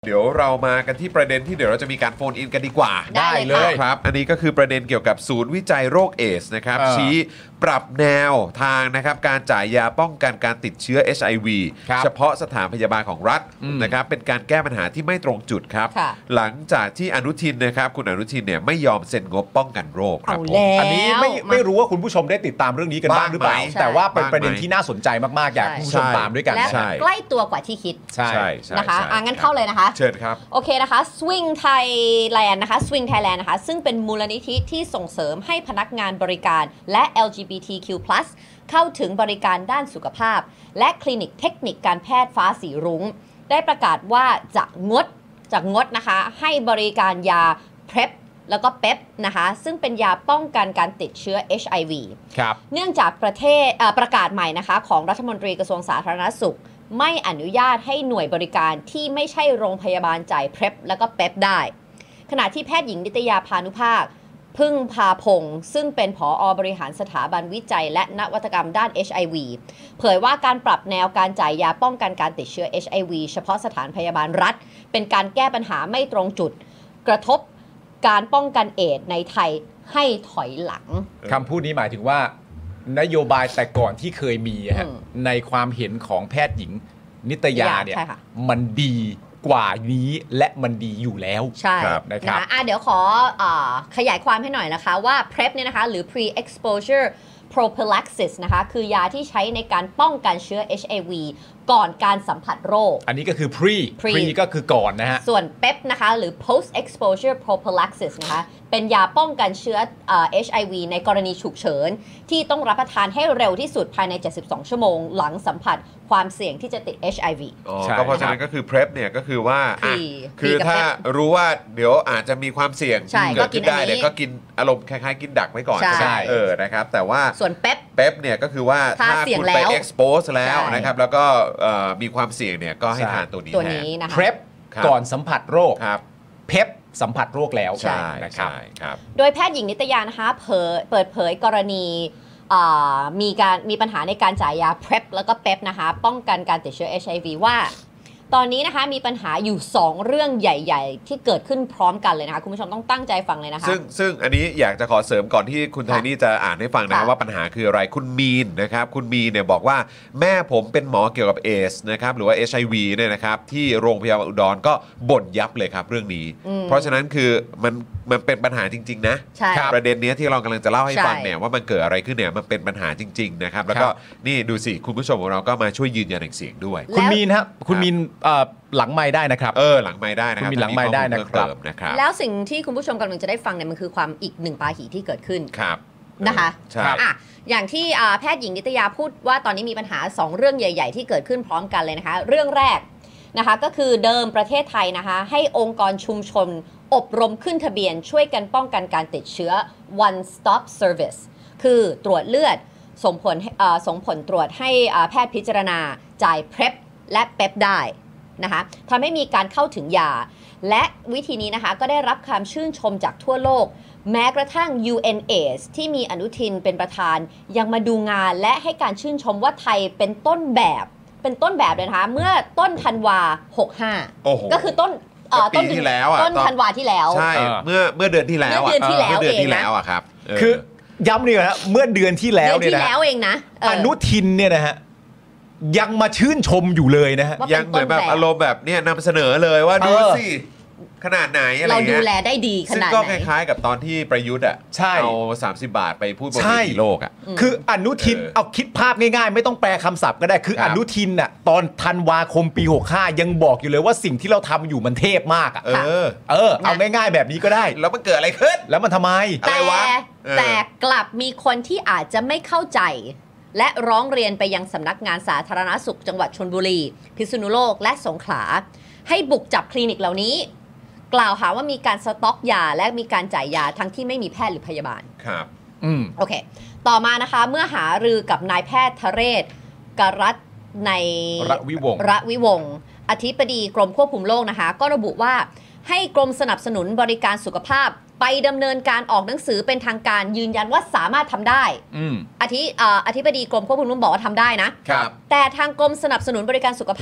เดี๋ยวเรามากันที่ประเด็นที่เดี๋ยวเราจะมีการโฟนอินกันดีกว่าได้เลยครับอันนี้ก็คือประเด็นเกี่ยวกับศูนย์วิจัยโรคเอดส์นะครับชี้ปรับแนวทางนะครับการจ่ายยาป้องกันการติดเชื้อ HIV เฉพาะสถานพยาบาลของรัฐนะครับเป็นการแก้ปัญหาที่ไม่ตรงจุดครับหลังจากที่อนุทินนะครับคุณอนุทินเนี่ยไม่ยอมเซ็นงบป้องกันโรคครับอันนี้ไม่รู้ว่าคุณผู้ชมได้ติดตามเรื่องนี้กันบ้างหรือเปล่าแต่ว่าเป็นประเด็นที่น่าสนใจมากๆอยากให้คุณผู้ชมตามด้วยกันและใกล้ตัวกว่าที่คิดใช่นะคะงั้นเข้าเลยนะคะเชิญครับโอเคนะคะ Swing Thailand นะคะ Swing Thailand นะคะซึ่งเป็นมูลนิธิที่ส่งเสริมให้พนักงานบริการและ LGBTQ+ เข้าถึงบริการด้านสุขภาพและคลินิกเทคนิคการแพทย์ฟ้าสีรุ้งได้ประกาศว่าจะงดนะคะให้บริการยา PrEP แล้วก็ PEP นะคะซึ่งเป็นยาป้องกันการติดเชื้อ HIV ครับเนื่องจากประกาศใหม่นะคะของรัฐมนตรีกระทรวงสาธารณสุขไม่อนุญาตให้หน่วยบริการที่ไม่ใช่โรงพยาบาลจ่าย PrEP แล้วก็ PEP ได้ขณะที่แพทย์หญิงนิตยาพานุภาคพึ่งพาพงศ์ซึ่งเป็นผอบริหารสถาบันวิจัยและนวัตกรรมด้าน HIV เผยว่าการปรับแนวการจ่ายยาป้องกันการติดเชื้อ HIV เฉพาะสถานพยาบาลรัฐเป็นการแก้ปัญหาไม่ตรงจุดกระทบการป้องกันเอดส์ในไทยให้ถอยหลังคำพูดนี้หมายถึงว่านโยบายแต่ก่อนที่เคยมีในความเห็นของแพทย์หญิงนิตยาเนี่ยมันดีกว่านี้และมันดีอยู่แล้วใช่นะครับเดี๋ยวขอขยายความให้หน่อยนะคะว่า PrEP เนี่ยนะคะหรือ Pre-Exposure Prophylaxis นะคะคือยาที่ใช้ในการป้องกันเชื้อ HIV ก่อนการสัมผัสโรคอันนี้ก็คือ pre ก็คือก่อนนะฮะส่วน PEP นะคะหรือ Post Exposure Prophylaxis นะคะเป็นยาป้องกันเชื้อHIV ในกรณีฉุกเฉินที่ต้องรับประทานให้เร็วที่สุดภายใน72ชั่วโมงหลังสัมผัสความเสี่ยงที่จะติด HIV ก็เพราะฉะนั้นก็คือ PrEP เนี่ยก็คือว่าคือถ้ารู้ว่าเดี๋ยวอาจจะมีความเสี่ยงเกิดขึ้นได้เนี่ยก็กินอารมณ์คล้ายๆกินดักไว้ก่อนใช่นะครับแต่ว่าส่วน PEP เนี่ยก็คือว่าถ้าคุณไป expose แล้วนะครับแล้วก็มีความเสี่ยงเนี่ยก็ให้ทานตัวนี้นะคะ PrEP ก่อนสัมผัสโรคPEP สัมผัสโรคแล้วใช่นะครับโดยแพทย์หญิงนิตยานะคะเปิดเผยกรณีมีปัญหาในการจ่ายยา PrEP แล้วก็ PEP นะคะป้องกันการติดเชื้อ HIV ว่าตอนนี้นะคะมีปัญหาอยู่2เรื่องใหญ่ๆที่เกิดขึ้นพร้อมกันเลยนะคะคุณผู้ชมต้องตั้งใจฟังเลยนะคะซึ่งอันนี้อยากจะขอเสริมก่อนที่คุณไทนี่จะอ่านให้ฟังนะครับว่าปัญหาคืออะไรคุณมีนนะครับคุณมีนเนี่ยบอกว่าแม่ผมเป็นหมอเกี่ยวกับเอสนะครับหรือว่า HIV เนี่ยนะครับที่โรงพยาบาลอุดรก็บ่นยับเลยครับเรื่องนี้เพราะฉะนั้นคือมันเป็นปัญหาจริงๆนะประเด็นนี้ที่เรากำลังจะเล่าให้ฟังเนี่ยว่ามันเกิดอะไรขึ้นเนี่ยมันเป็นปัญหาจริงๆนะครับแล้วก็นี่ดูสิคุณผู้ชมของเราก็มาช่วยยืนยันเสียงด้วยคุณมีนครับคุณมีนหลังไมค์ได้นะครับหลังไมค์ได้นะครับคุณมีหลังไมค์ได้นะครับแล้วสิ่งที่คุณผู้ชมกำลังจะได้ฟังเนี่ยมันคือความอีกหนึ่งปาหีที่เกิดขึ้นนะคะอย่างที่แพทย์หญิงนิตยาพูดว่าตอนนี้มีปัญหา2เรื่องใหญ่ๆที่เกิดขึ้นพร้อมกันเลยนะคะเรื่องแรกนะคะก็คือเดิมประเทศไทยนะคะให้องค์กรชุมชนอบรมขึ้นทะเบียนช่วยกันป้องกันการติดเชื้อ one stop service คือตรวจเลือดส่งผลตรวจให้แพทย์พิจารณาจ่าย PrEP และ PEP ได้นะคะทำให้มีการเข้าถึงยาและวิธีนี้นะคะก็ได้รับความชื่นชมจากทั่วโลกแม้กระทั่ง UNAIDS ที่มีอนุทินเป็นประธานยังมาดูงานและให้การชื่นชมว่าไทยเป็นต้นแบบเลยนะคะเมื่อต้นธันวา65ก็คือต้นที่แล้วต้นธันวาที่แล้วใช่เมื่อเดือนที่แล้วเดือนที่แล้วอะครับคือย้ำเลยนะเมื่อเดือนที่แล้วเนี่ยนะเองนะอนุทินเนี่ยนะฮะยังมาชื่นชมอยู่เลยนะฮะยังเหมือนแบบอารมณ์แบบเนี่ยนำเสนอเลยว่าดูสิขนาดไหนอะไรเงี้ยเราดูแลได้ดีขนาดไหนซึ่งก็คล้ายๆกับตอนที่ประยุทธ์อ่ะเอา30 บาทไปพูดบนเวทีโลกอ่ะคืออนุทินเอาคิดภาพง่ายๆไม่ต้องแปลคำศัพท์ก็ได้คืออนุทินอ่ะตอนธันวาคมปี65ยังบอกอยู่เลยว่าสิ่งที่เราทำอยู่มันเทพมากอ่ะเอาง่ายๆแบบนี้ก็ได้แล้วมันเกิดอะไรขึ้นแล้วมันทำไมอะไรวะแต่กลับมีคนที่อาจจะไม่เข้าใจและร้องเรียนไปยังสำนักงานสาธารณสุขจังหวัดชลบุรีพิษณุโลกและสงขลาให้บุกจับคลินิกเหล่านี้กล่าวหาว่ามีการสต็อกยาและมีการจ่ายยาทั้งที่ไม่มีแพทย์หรือพยาบาลครับโอเคต่อมานะคะเมื่อหารือกับนายแพทย์ทเรศกรัตน์ในระวิวงศ์อธิบดีกรมควบคุมโรคนะคะก็ระบุว่าให้กรมสนับสนุนบริการสุขภาพไปดำเนินการออกหนังสือเป็นทางการยืนยันว่าสามารถทำได้อธิบดีกรมควบคุมโรคบอกว่าทำได้นะแต่ทางกรมสนับสนุนบริการสุขภาพ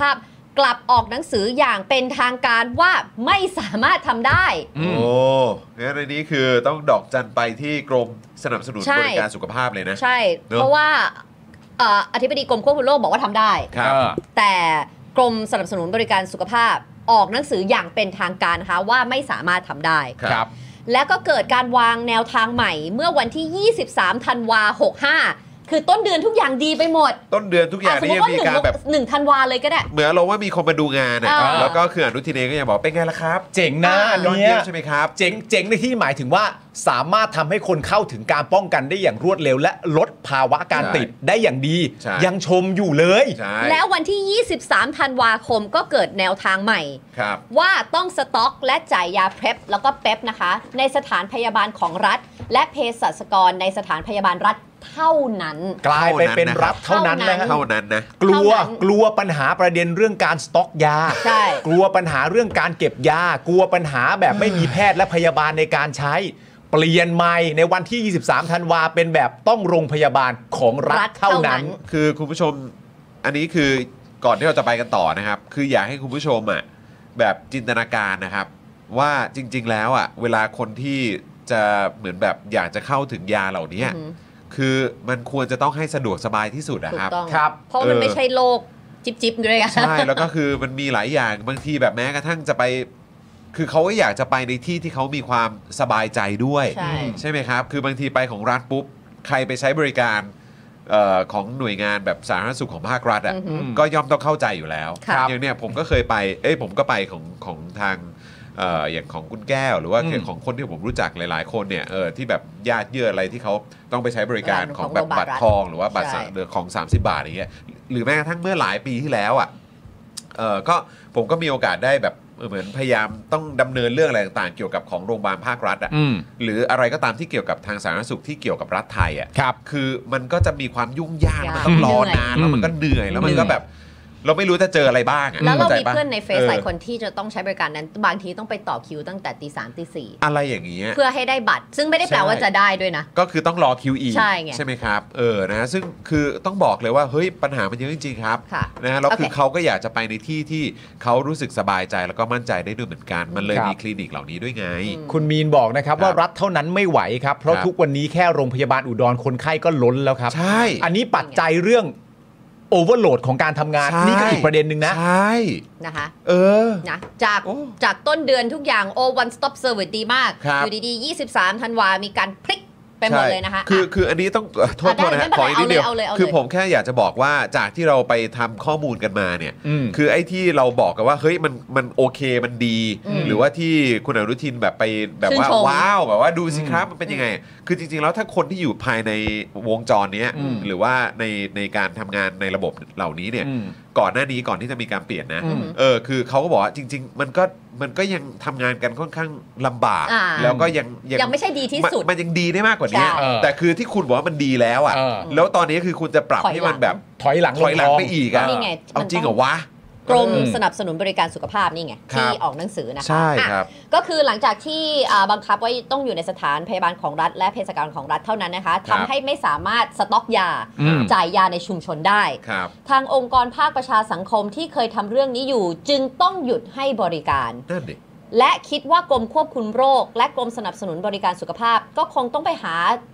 กลับออกหนังสืออย่างเป็นทางการว่าไม่สามารถทำได้โอ้งั้นในนี้คือต้องดอกจันไปที่กรมสนับสนุนบริการสุขภาพเลยนะใช่เพราะว่าอธิบดีกรมควบคุมโรคบอกว่าทำได้แต่กรมสนับสนุนบริการสุขภาพออกหนังสืออย่างเป็นทางการนะคะว่าไม่สามารถทำได้แล้วก็เกิดการวางแนวทางใหม่เมื่อวันที่23ธันวา65คือต้นเดือนทุกอย่างดีไปหมดต้นเดือนทุกอย่างนี่มีการแบบ 1ธันวาเลยก็ได้เหมือนเราว่ามีคนมาดูงานแล้วก็คืออนุทินเองก็ยังบอกเป็นไงล่ะครับเจ๋งนะยอดเยี่ยมใช่ไหมครับเจ๋งในที่หมายถึงว่าสามารถทำให้คนเข้าถึงการป้องกันได้อย่างรวดเร็วและลดภาวะการติดได้อย่างดียังชมอยู่เลยแล้ววันที่23ธันวาคมก็เกิดแนวทางใหม่ว่าต้องสต็อกและจ่ายยาเพล็ปแล้วก็เป๊ปนะคะในสถานพยาบาลของรัฐและเภสัชกรในสถานพยาบาลรัฐเท่านั้นกลายไปเป็นรัฐเท่านั้นนะกลัวปัญหาประเด็นเรื่องการสต็อกยากลัวปัญหาเรื่องการเก็บยากลัวปัญหาแบบไม่มีแพทย์และพยาบาลในการใช้เปลี่ยนใหม่ในวันที่23ธันวาเป็นแบบต้องโรงพยาบาลของรัฐเท่านั้นคือคุณผู้ชมอันนี้คือก่อนที่เราจะไปกันต่อนะครับคืออยากให้คุณผู้ชมแบบจินตนาการนะครับว่าจริงๆแล้วเวลาคนที่จะเหมือนแบบอยากจะเข้าถึงยาเหล่านี้คือมันควรจะต้องให้สะดวกสบายที่สุดนะครับเพราะมันไม่ใช่โรคจิ๊บๆด้วยกันใช่แล้วก็คือมันมีหลายอย่างบางทีแบบแม้กระทั่งจะไปคือเขาก็อยากจะไปในที่ที่เขามีความสบายใจด้วยใช่ไหมครับคือบางทีไปของรัฐปุ๊บใครไปใช้บริการของหน่วยงานแบบสาธารณสุขของภาครัฐก็ย่อมต้องเข้าใจอยู่แล้วอย่างเนี้ยผมก็เคยไปผมก็ไปของทางอย่างของคุณแก้วหรือว่าของคนที่ผมรู้จักหลายๆคนเนี่ยที่แบบญาติเยื่ออะไรที่เขาต้องไปใช้บริการของแบบบัตรทองหรือว่าบัตรของ30 บาทอย่างเงี้ยหรือแม้กระทั่งเมื่อหลายปีที่แล้วก็ผมก็มีโอกาสได้แบบเหมือนพยายามต้องดำเนินเรื่องอะไรต่างๆเกี่ยวกับของโรงพยาบาลภาครัฐหรืออะไรก็ตามที่เกี่ยวกับทางสาธารณสุขที่เกี่ยวกับรัฐไทยคือมันก็จะมีความยุ่งยากมันต้องรอนานแล้วมันก็เหนื่อยแล้วมันก็แบบเราไม่รู้จะเจออะไรบ้างแล้วเรามีเพื่อนในเฟซหลายคนที่จะต้องใช้บริการนั้นบางทีต้องไปต่อคิวตั้งแต่ตี 3 ตี 4 อะไรอย่างเงี้ยเพื่อให้ได้บัตรซึ่งไม่ได้แปลว่าจะได้ด้วยนะก็คือต้องรอคิวอีกใช่ไหมครับนะซึ่งคือต้องบอกเลยว่าเฮ้ยปัญหามันเยอะจริงๆครับนะแล้วคือเขาก็อยากจะไปในที่ที่เขารู้สึกสบายใจแล้วก็มั่นใจได้ด้วยเหมือนกันมันเลยมีคลินิกเหล่านี้ด้วยไงคุณมีนบอกนะครับว่ารัฐเท่านั้นไม่ไหวครับเพราะทุกวันนี้แค่โรงพยาบาลอุดรคนไข้ก็ล้นแล้วครับใช่อันนี้ปัจจัยเรื่องโอเวอร์โหลดของการทำงานนี่ก็อีกประเด็นหนึ่งนะใช่นะคะนะจากต้นเดือนทุกอย่างone stop service ดีมากอยู่ดีๆ23ธันวามีการพลิกไปหมดเลยนะคะคืออันนี้ต้องโทษนะฮะขออีกนิดเดียวคือผมแค่อยากจะบอกว่าจากที่เราไปทำข้อมูลกันมาเนี่ยคือไอ้ที่เราบอกกันว่าเฮ้ยมันโอเคมันดีหรือว่าที่คุณอนุทินแบบไปแบบว่าว้าวแบบว่าดูสิครับมันเป็นยังไงคือจริงๆแล้วถ้าคนที่อยู่ภายในวงจรนี้หรือว่าในการทำงานในระบบเหล่านี้เนี่ยก่อนหน้านี้ก่อนที่จะมีการเปลี่ยนนะคือเขาก็บอกว่าจริงๆมันก็ยังทำงานกันค่อนข้างลำบากแล้วก็ยังไม่ใช่ดีที่สุดมันยังดีได้มากกว่านี้แต่คือที่คุณบอกว่ามันดีแล้วแล้วตอนนี้คือคุณจะปรับให้มันแบบถอยหลังไปอีกเอาจริงเหรอวะกรมสนับสนุนบริการสุขภาพนี่ไงที่ออกหนังสือนะคะใช่ครับก็คือหลังจากที่บังคับไว้ต้องอยู่ในสถานพยาบาลของรัฐและเภสัชกรของรัฐเท่านั้นนะคะทำให้ไม่สามารถสต็อกยาจ่ายยาในชุมชนได้ทางองค์กรภาคประชาสังคมที่เคยทำเรื่องนี้อยู่จึงต้องหยุดให้บริการและคิดว่ากรมควบคุมโรคและกรมสนับสนุนบริการสุขภาพก็คงต้องไปหา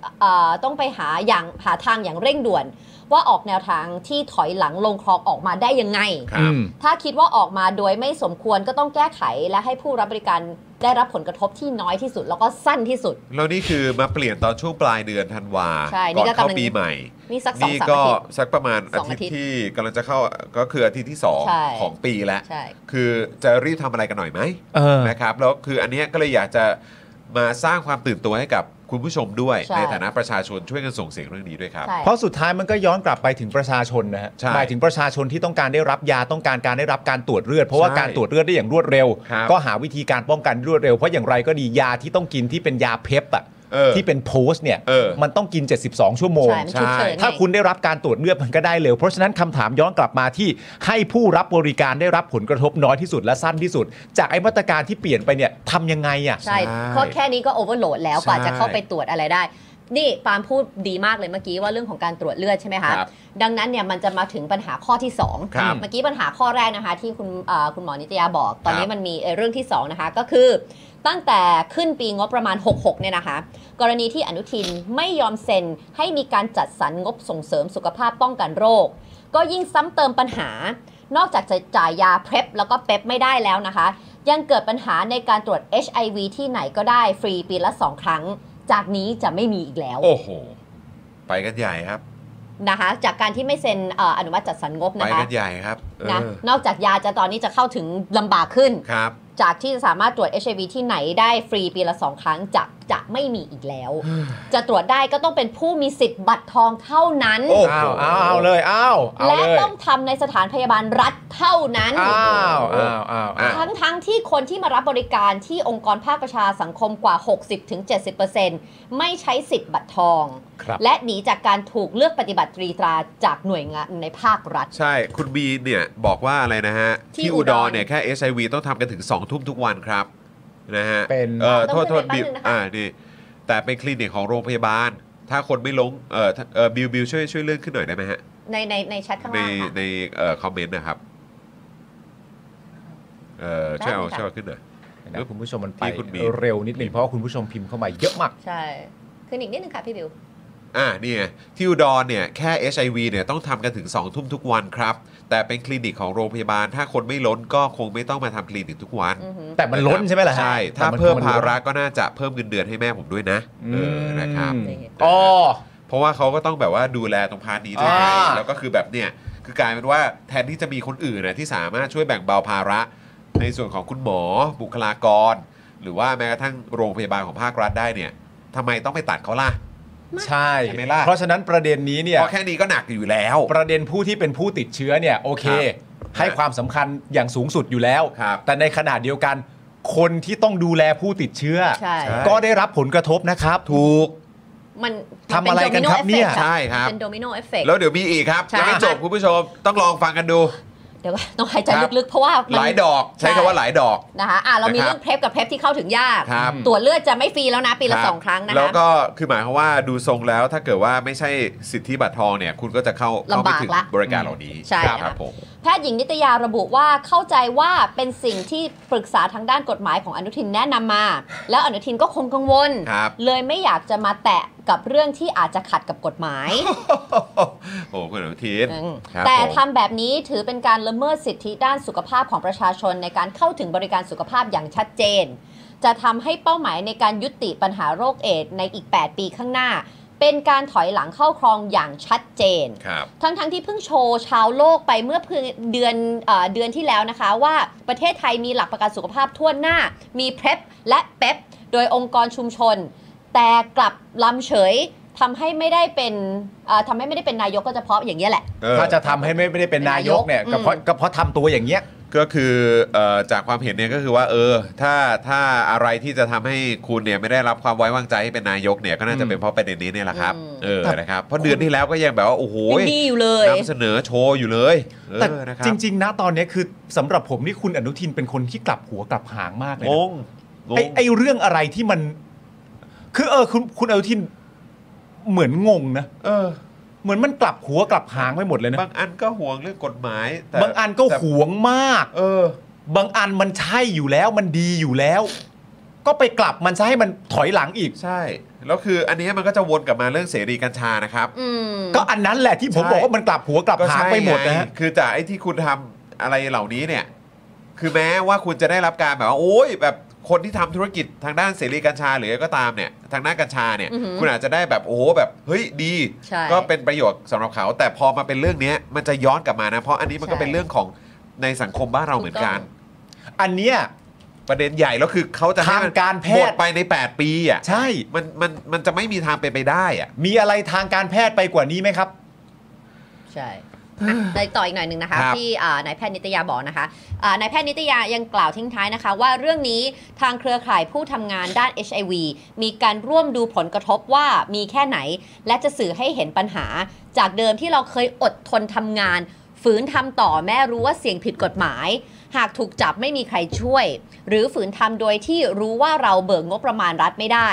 ทางอย่างเร่งด่วนว่าออกแนวทางที่ถอยหลังลงคลองออกมาได้ยังไงถ้าคิดว่าออกมาโดยไม่สมควรก็ต้องแก้ไขและให้ผู้รับบริการได้รับผลกระทบที่น้อยที่สุดแล้วก็สั้นที่สุดแล้วนี่คือมาเปลี่ยนตอนช่วงปลายเดือนธันวาก่อนเข้าปีใหม่นี่สัก 2-3 อาทิตย์สักประมาณอาทิตย์ที่กำลังจะเข้าก็คืออาทิตย์ที่2ของปีแล้วคือจะรีบทำอะไรกันหน่อยไหมนะครับแล้วคืออันนี้ก็เลยอยากจะมาสร้างความตื่นตัวให้กับคุณผู้ชมด้วยในฐานะประชาชนช่วยกันส่งเสียงเรื่องนี้ด้วยครับเพราะสุดท้ายมันก็ย้อนกลับไปถึงประชาชนนะฮะหมายถึงประชาชนที่ต้องการได้รับยาต้องการได้รับการตรวจเลือดเพราะว่าการตรวจเลือดได้อย่างรวดเร็วก็หาวิธีการป้องกันรวดเร็วเพราะอย่างไรก็ดียาที่ต้องกินที่เป็นยาเพปที่เป็นโพสเนี่ยมันต้องกิน72ชั่วโมงถ้าคุณได้รับการตรวจเลือดมันก็ได้เร็วเพราะฉะนั้นคำถามย้อนกลับมาที่ให้ผู้รับบริการได้รับผลกระทบน้อยที่สุดและสั้นที่สุดจากไอ้มาตรการที่เปลี่ยนไปเนี่ยทำยังไงใช่เพราะแค่นี้ก็โอเวอร์โหลดแล้วกว่าจะเข้าไปตรวจอะไรได้นี่ปาล์มพูดดีมากเลยเมื่อกี้ว่าเรื่องของการตรวจเลือดใช่ไหมคะดังนั้นเนี่ยมันจะมาถึงปัญหาข้อที่2เมื่อกี้ปัญหาข้อแรกนะคะที่คุณหมอนิตยาบอกตอนนี้มันมีเรื่องที่2นะคะก็คือตั้งแต่ขึ้นปีงบประมาณ66เนี่ยนะคะกรณีที่อนุทินไม่ยอมเซ็นให้มีการจัดสรรงบส่งเสริมสุขภาพป้องกันโรคก็ยิ่งซ้ำเติมปัญหานอกจากจะจ่ายยาเพล็ปแล้วก็เป๊ปไม่ได้แล้วนะคะยังเกิดปัญหาในการตรวจ HIV ที่ไหนก็ได้ฟรีปีละ2 ครั้งจากนี้จะไม่มีอีกแล้วโอ้โหไปกันใหญ่ครับนะคะจากการที่ไม่เซ็นอนุมัติจัดสรรงบนะคะไปกันใหญ่ครับนะนอกจากยาจะตอนนี้จะเข้าถึงลำบากขึ้นครับจากที่จะสามารถตรวจ HIV ที่ไหนได้ฟรีปีละ2 ครั้งจะไม่มีอีกแล้ว จะตรวจได้ก็ต้องเป็นผู้มีสิทธิ์บัตรทองเท่านั้นเอาเลยและต้องทำในสถานพยาบาลรัฐเท่านั้นทั้งที่คนที่มารับบริการที่องค์กรภาคประชาสังคมกว่า 60-70% ไม่ใช้สิทธิ์บัตรทองและหนีจากการถูกเลือกปฏิบัติตรีตราจากหน่วยงานในภาครัฐใช่คุณบีเนี่ยบอกว่าอะไรนะฮะที่อุดรเนี่ยแค่ HIV ต้องทำกันถึง 2 ทุ่มทุกวันครับนะฮะเป็นโทษบิวนี่แต่เป็นคลินิกของโรงพยาบาลถ้าคนไม่ลงบิวช่วยเลื่อนขึ้นหน่อยได้ไหมฮะในแชทข้างล่างในคอมเมนต์นะครับช่วยเอาขึ้นหน่อยแล้วคุณผู้ชมมันไปเร็วนิดนึงเพราะว่าคุณผู้ชมพิมพ์เข้ามาเยอะมากใช่คืออีกนิดนึงค่ะพี่บิวนี่ไงที่อุดรเนี่ยแค่ HIV เนี่ยต้องทำกันถึง 2 ทุ่มทุกวันครับแต่เป็นคลินิกของโรงพยาบาลถ้าคนไม่ล้นก็คงไม่ต้องมาทำคลินิกทุกวันแต่มันล้นใช่ไหมล่ะใช่ถ้าเพิ่มภาระก็น่าจะเพิ่มเงินเดือนให้แม่ผมด้วยนะนะครับเพราะว่าเขาก็ต้องแบบว่าดูแลตรงพาร์ทนี้ด้วยแล้วก็คือแบบเนี่ยคือกลายเป็นว่าแทนที่จะมีคนอื่นนะที่สามารถช่วยแบ่งเบาภาระในส่วนของคุณหมอบุคลากรหรือว่าแม้กระทั่งโรงพยาบาลของภาครัฐได้เนี่ยทำไมต้องไปตัดเขาล่ะใช่เพราะฉะนั้นประเด็นนี้เนี่ยเพราะแค่นี้ก็หนักอยู่แล้วประเด็นผู้ที่เป็นผู้ติดเชื้อเนี่ยโอเคให้ความสำคัญอย่างสูงสุดอยู่แล้วแต่ในขณะเดียวกันคนที่ต้องดูแลผู้ติดเชื้อก็ได้รับผลกระทบนะครับถูกมันทำอะไรกันครับเนี่ยใช่ครับเป็นโดมิโนเอฟเฟกต์แล้วเดี๋ยวมีอีกครับยังไม่จบคุณผู้ชมต้องลองฟังกันดูเดี๋ยวต้องหายใจลึกๆเพราะว่าหลายดอกใช้คำว่าหลายดอกนะคะเรามีเรื่องเพปกับเพปที่เข้าถึงยากตรวจเลือดจะไม่ฟรีแล้วนะปีละ2 ครั้งนะคะแล้วก็คือหมายความว่าดูทรงแล้วถ้าเกิดว่าไม่ใช่สิทธิบัตรทองเนี่ยคุณก็จะเข้าไม่ถึงบริการเหล่านี้ใช่ครับผมแพทย์หญิงนิตยาระบุว่าเข้าใจว่าเป็นสิ่งที่ปรึกษาทางด้านกฎหมายของอนุทินแนะนำมาแล้วอนุทินก็คงกังวลเลยไม่อยากจะมาแตะกับเรื่องที่อาจจะขัดกับกฎหมายโอ้คุณอนุทินแต่ทำแบบนี้ถือเป็นการละเมิดสิทธิด้านสุขภาพของประชาชนในการเข้าถึงบริการสุขภาพอย่างชัดเจนจะทำให้เป้าหมายในการยุติปัญหาโรคเอดส์ในอีก8 ปีข้างหน้าเป็นการถอยหลังเข้าครองอย่างชัดเจนทั้งที่เพิ่งโชว์ชาวโลกไปเมื่อเดือนที่แล้วนะคะว่าประเทศไทยมีหลักประกันสุขภาพทั่วหน้ามีเพปและเป๊ปโดยองค์กรชุมชนแต่กลับล้ำเฉยทำให้ไม่ได้เป็นนายกก็จะเพราะอย่างนี้แหละถ้าจะทำให้ไม่ได้เป็นนายกเนี่ยก็เพราะทำตัวอย่างเงี้ยก็คือจากความเห็นเนี่ยก็คือว่าถ้าอะไรที่จะทำให้คุณเนี่ยไม่ได้รับความไว้วางใจให้เป็นนายกเนี่ยก็น่าจะเป็นเพราะประเด็นนี้เนี่ยแหละครับนะครับเพราะเดือนที่แล้วก็ยังแบบว่าโอ้โหดีอยู่เลยนำเสนอโชว์อยู่เลยแต่จริงๆนะตอนนี้คือสำหรับผมนี่คุณอนุทินเป็นคนที่กลับหัวกลับหางมากเลยนะไอ้เรื่องอะไรที่มันคือคุณอนุทินเหมือนงงนะเหมือนมันกลับหัวกลับหางไปหมดเลยนะบางอันก็ห่วงเรื่องกฎหมายบางอันก็ห่วงมากบางอันมันใช่อยู่แล้วมันดีอยู่แล้วก็ไปกลับมันจะให้มันถอยหลังอีกใช่แล้วคืออันนี้มันก็จะวนกลับมาเรื่องเสรีกัญชานะครับก็อันนั้นแหละที่ผมบอกว่ามันกลับหัวกลับหางไปหมดนะคือจากไอ้ที่คุณทำอะไรเหล่านี้เนี่ยคือแม้ว่าคุณจะได้รับการแบบว่าโอ้ยแบบคนที่ทำธุรกิจทางด้านเสรีกัญชาหรือก็ตามเนี่ยทางด้านกัญชาเนี่ยคุณอาจจะได้แบบโอ้โหแบบเฮ้ยดีก็เป็นประโยชน์สำหรับเขาแต่พอมาเป็นเรื่องนี้มันจะย้อนกลับมานะเพราะอันนี้มันก็เป็นเรื่องของในสังคมบ้านเราเหมือนกันอันเนี้ยประเด็นใหญ่แล้วคือเขาจะทางการแพทย์หมดไปใน8 ปีอ่ะใช่มันจะไม่มีทางเป็นไปได้อ่ะมีอะไรทางการแพทย์ไปกว่านี้ไหมครับใช่ได้ต่ออีกหน่อยหนึ่งนะคะที่นายแพทย์นิตยาบอกนะคะนายแพทย์นิตยายังกล่าวทิ้งท้ายนะคะว่าเรื่องนี้ทางเครือข่ายผู้ทำงานด้าน HIV มีการร่วมดูผลกระทบว่ามีแค่ไหนและจะสื่อให้เห็นปัญหาจากเดิมที่เราเคยอดทนทำงานฝืนทำต่อแม้รู้ว่าเสี่ยงผิดกฎหมายหากถูกจับไม่มีใครช่วยหรือฝืนทำโดยที่รู้ว่าเราเบิกงบประมาณรัฐไม่ได้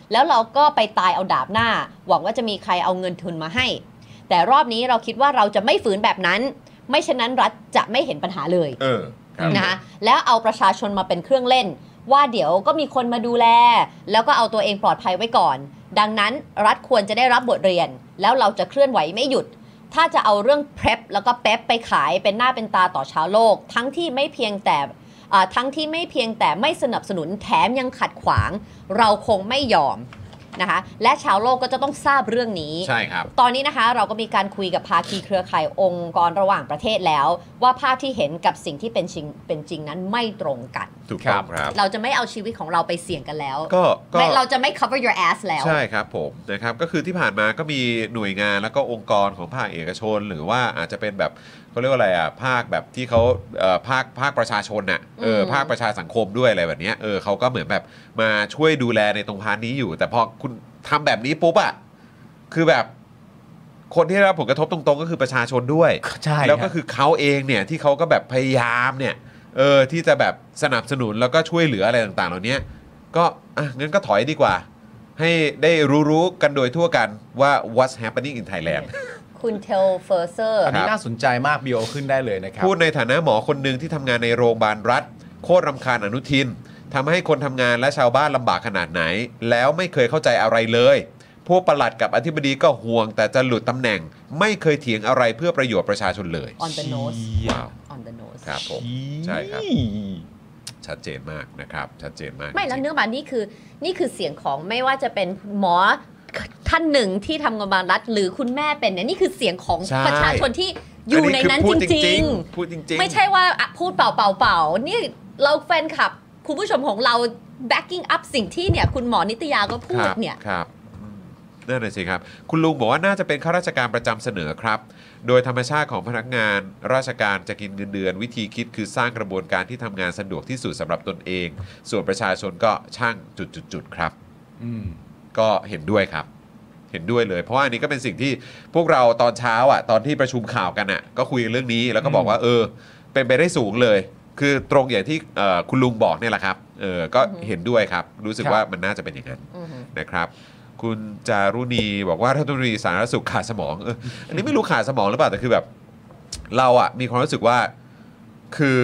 แล้วเราก็ไปตายเอาดาบหน้าหวังว่าจะมีใครเอาเงินทุนมาให้แต่รอบนี้เราคิดว่าเราจะไม่ฝืนแบบนั้นไม่เช่นนั้นรัฐจะไม่เห็นปัญหาเลยนะคะแล้วเอาประชาชนมาเป็นเครื่องเล่นว่าเดี๋ยวก็มีคนมาดูแลแล้วก็เอาตัวเองปลอดภัยไว้ก่อนดังนั้นรัฐควรจะได้รับบทเรียนแล้วเราจะเคลื่อนไหวไม่หยุดถ้าจะเอาเรื่อง PrEP แล้วก็ PEP ไปขายเป็นหน้าเป็นตาต่อชาวโลกทั้งที่ไม่เพียงแต่ไม่สนับสนุนแถมยังขัดขวางเราคงไม่ยอมนะคะและชาวโลกก็จะต้องทราบเรื่องนี้ใช่ครับตอนนี้นะคะเราก็มีการคุยกับภาคีเครือข่ายองค์กรระหว่างประเทศแล้วว่าภาพที่เห็นกับสิ่งที่เป็นจริงนั้นไม่ตรงกันถูกต้องครับเราจะไม่เอาชีวิตของเราไปเสี่ยงกันแล้วก็เราจะไม่ cover your ass แล้วใช่ครับผมนะครับก็คือที่ผ่านมาก็มีหน่วยงานแล้วก็องค์กรของภาคเอกชนหรือว่าอาจจะเป็นแบบเขาเรียกว่าอะไรอ่ะภาคแบบที่เขาภาคประชาชนน่ะภาคประชาสังคมด้วยอะไรแบบนี้เขาก็เหมือนแบบมาช่วยดูแลในตรงพาร์ทนี้อยู่แต่พอคุณทำแบบนี้ปุ๊บอ่ะคือแบบคนที่ได้รับผลกระทบตรงๆก็คือประชาชนด้วยใช่แล้วก็คือเขาเองเนี่ยที่เขาก็แบบพยายามเนี่ยที่จะแบบสนับสนุนแล้วก็ช่วยเหลืออะไรต่างๆเหล่านี้ก็งั้นก็ถอยดีกว่าให้ได้รู้กันโดยทั่วกันว่า what's happening in Thailand คุณเทลเฟอร์เซอร์อันนี้น่าสนใจมากบิวขึ้นได้เลยนะครับพูดในฐานะหมอคนหนึ่งที่ทำงานในโรงพยาบาลรัฐโคตรรำคาญอนุทินทำให้คนทำงานและชาวบ้านลำบากขนาดไหนแล้วไม่เคยเข้าใจอะไรเลยพวกปลัดกับอธิบดีก็ห่วงแต่จะหลุดตำแหน่งไม่เคยเถียงอะไรเพื่อประโยชน์ประชาชนเลย on the nose ว้าว on the nose ครับผมใช่ครับชัดเจนมากนะครับชัดเจนมากไม่แล้วเนื้อมานี่คือเสียงของไม่ว่าจะเป็นหมอท่านหนึ่งที่ทำงานบาลรัฐหรือคุณแม่เป็นเนี่ยนี่คือเสียงของประชาชนที่อยู่ในนั้นจริงๆพูดจริงไม่ใช่ว่าพูดเปล่าๆนี่เราแฟนคลับคุณผู้ชมของเรา backing up สิ่งที่เนี่ยคุณหมอนิตยาก็พูดเนี่ยครับนั่นแหละสิครับคุณลุงบอกว่าน่าจะเป็นข้าราชการประจำเสนอครับโดยธรรมชาติของพนักงานราชการจะกินเงินเดือนวิธีคิดคือสร้างกระบวนการที่ทำงานสะดวกที่สุดสำหรับตนเองส่วนประชาชนก็ช่างจุดๆครับก็เห็นด้วยครับเห็นด้วยเลยเพราะว่าอันนี้ก็เป็นสิ่งที่พวกเราตอนเช้าตอนที่ประชุมข่าวกันก็คุยเรื่องนี้แล้วก็บอกว่าเป็นไปได้สูงเลยคือตรงอย่างที่คุณลุงบอกเนี่ยแหละครับก็เห็นด้วยครับรู้สึกว่ามันน่าจะเป็นอย่างนั้นนะครับคุณจารุณีบอกว่ารัฐมนตรีสาธารณสุขขาดสมองอันนี้ไม่รู้ขาดสมองหรือเปล่าแต่คือแบบเรามีความรู้สึกว่าคือ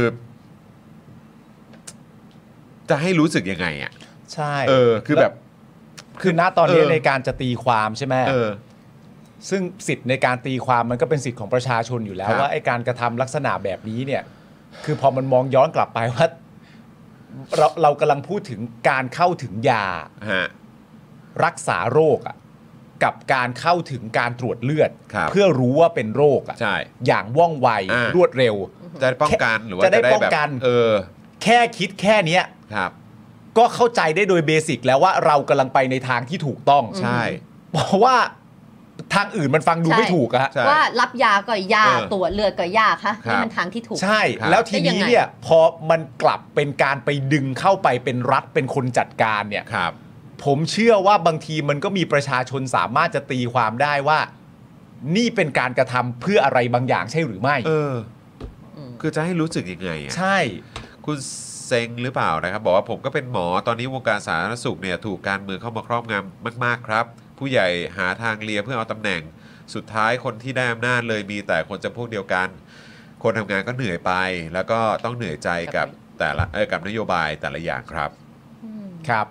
จะให้รู้สึกยังไงใช่คือแบบคือณตอนนี้ในการจะตีความใช่ไหมซึ่งสิทธิ์ในการตีความมันก็เป็นสิทธิ์ของประชาชนอยู่แล้วว่าไอ้การกระทำลักษณะแบบนี้เนี่ยคือพอมันมองย้อนกลับไปว่าเรากำลังพูดถึงการเข้าถึงยารักษาโรคกับการเข้าถึงการตรวจเลือดเพื่อรู้ว่าเป็นโรคอย่างว่องไวรวดเร็วจะได้ป้องกันหรือว่าจะได้ป้องกันแค่คิดแค่นี้ก็เข้าใจได้โดยเบสิกแล้วว่าเรากำลังไปในทางที่ถูกต้องใช่เพราะว่าทางอื่นมันฟังดูไม่ถูกว่ารับยาก็ยากตรวจเลือดก็ยากค่ะนี่มันทางที่ถูกใช่แล้วทีนี้เนี่ยพอมันกลับเป็นการไปดึงเข้าไปเป็นรัฐเป็นคนจัดการเนี่ยผมเชื่อว่าบางทีมันก็มีประชาชนสามารถจะตีความได้ว่านี่เป็นการกระทำเพื่ออะไรบางอย่างใช่หรือไม่คือจะให้รู้สึกยังไงใช่คุณเซ็งหรือเปล่านะครับบอกว่าผมก็เป็นหมอตอนนี้วงการสาธารณสุขเนี่ยถูกการเมืองเข้ามาครอบงำมากๆครับผู้ใหญ่หาทางเลียเพื่อเอาตำแหน่งสุดท้ายคนที่ได้อำนาจเลยมีแต่คนจำพวกเดียวกันคนทำงานก็เหนื่อยไปแล้วก็ต้องเหนื่อยใจกับแต่ละกับนโยบายแต่ละอย่างครับครับ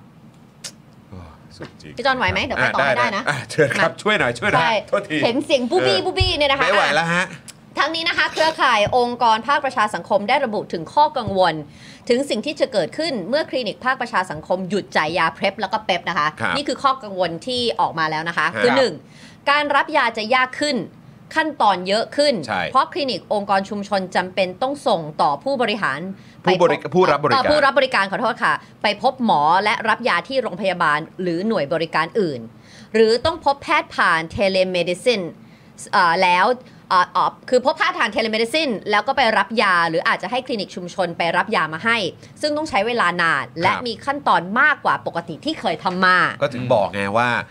พี่จอนไหวไหมเดี๋ยวไปต่อให้ได้นะเชิญครับช่วยหน่อยโทษทีเห็นเสียงบูบี้เนี่ยนะคะไม่ไหวแล้วฮะทั้งนี้นะคะเครือข่ายองค์กรภาคประชาสังคมได้ระบุถึงข้อกังวลถึงสิ่งที่จะเกิดขึ้นเมื่อคลินิกภาคประชาสังคมหยุดจ่ายยาPrEPแล้วก็PEPนะคะนี่คือข้อกังวลที่ออกมาแล้วนะคะคือ 1. การรับยาจะยากขึ้นขั้นตอนเยอะขึ้นเพราะคลินิกองค์กรชุมชนจำเป็นต้องส่งต่อผู้บริหารผู้รับบริการขอโทษค่ะไปพบหมอและรับยาที่โรงพยาบาลหรือหน่วยบริการอื่นหรือต้องพบแพทย์ผ่านเทเลเมดิซินแล้วคือพบแพทย์ผ่านเทเลเมดิซินแล้วก็ไปรับยาหรืออาจจะให้คลินิกชุมชนไปรับยามาให้ซึ่งต้องใช้เวลานานและมีขั้นตอนมากกว่าปกติที่เคยทำมาก็ถึงบอกไงว่า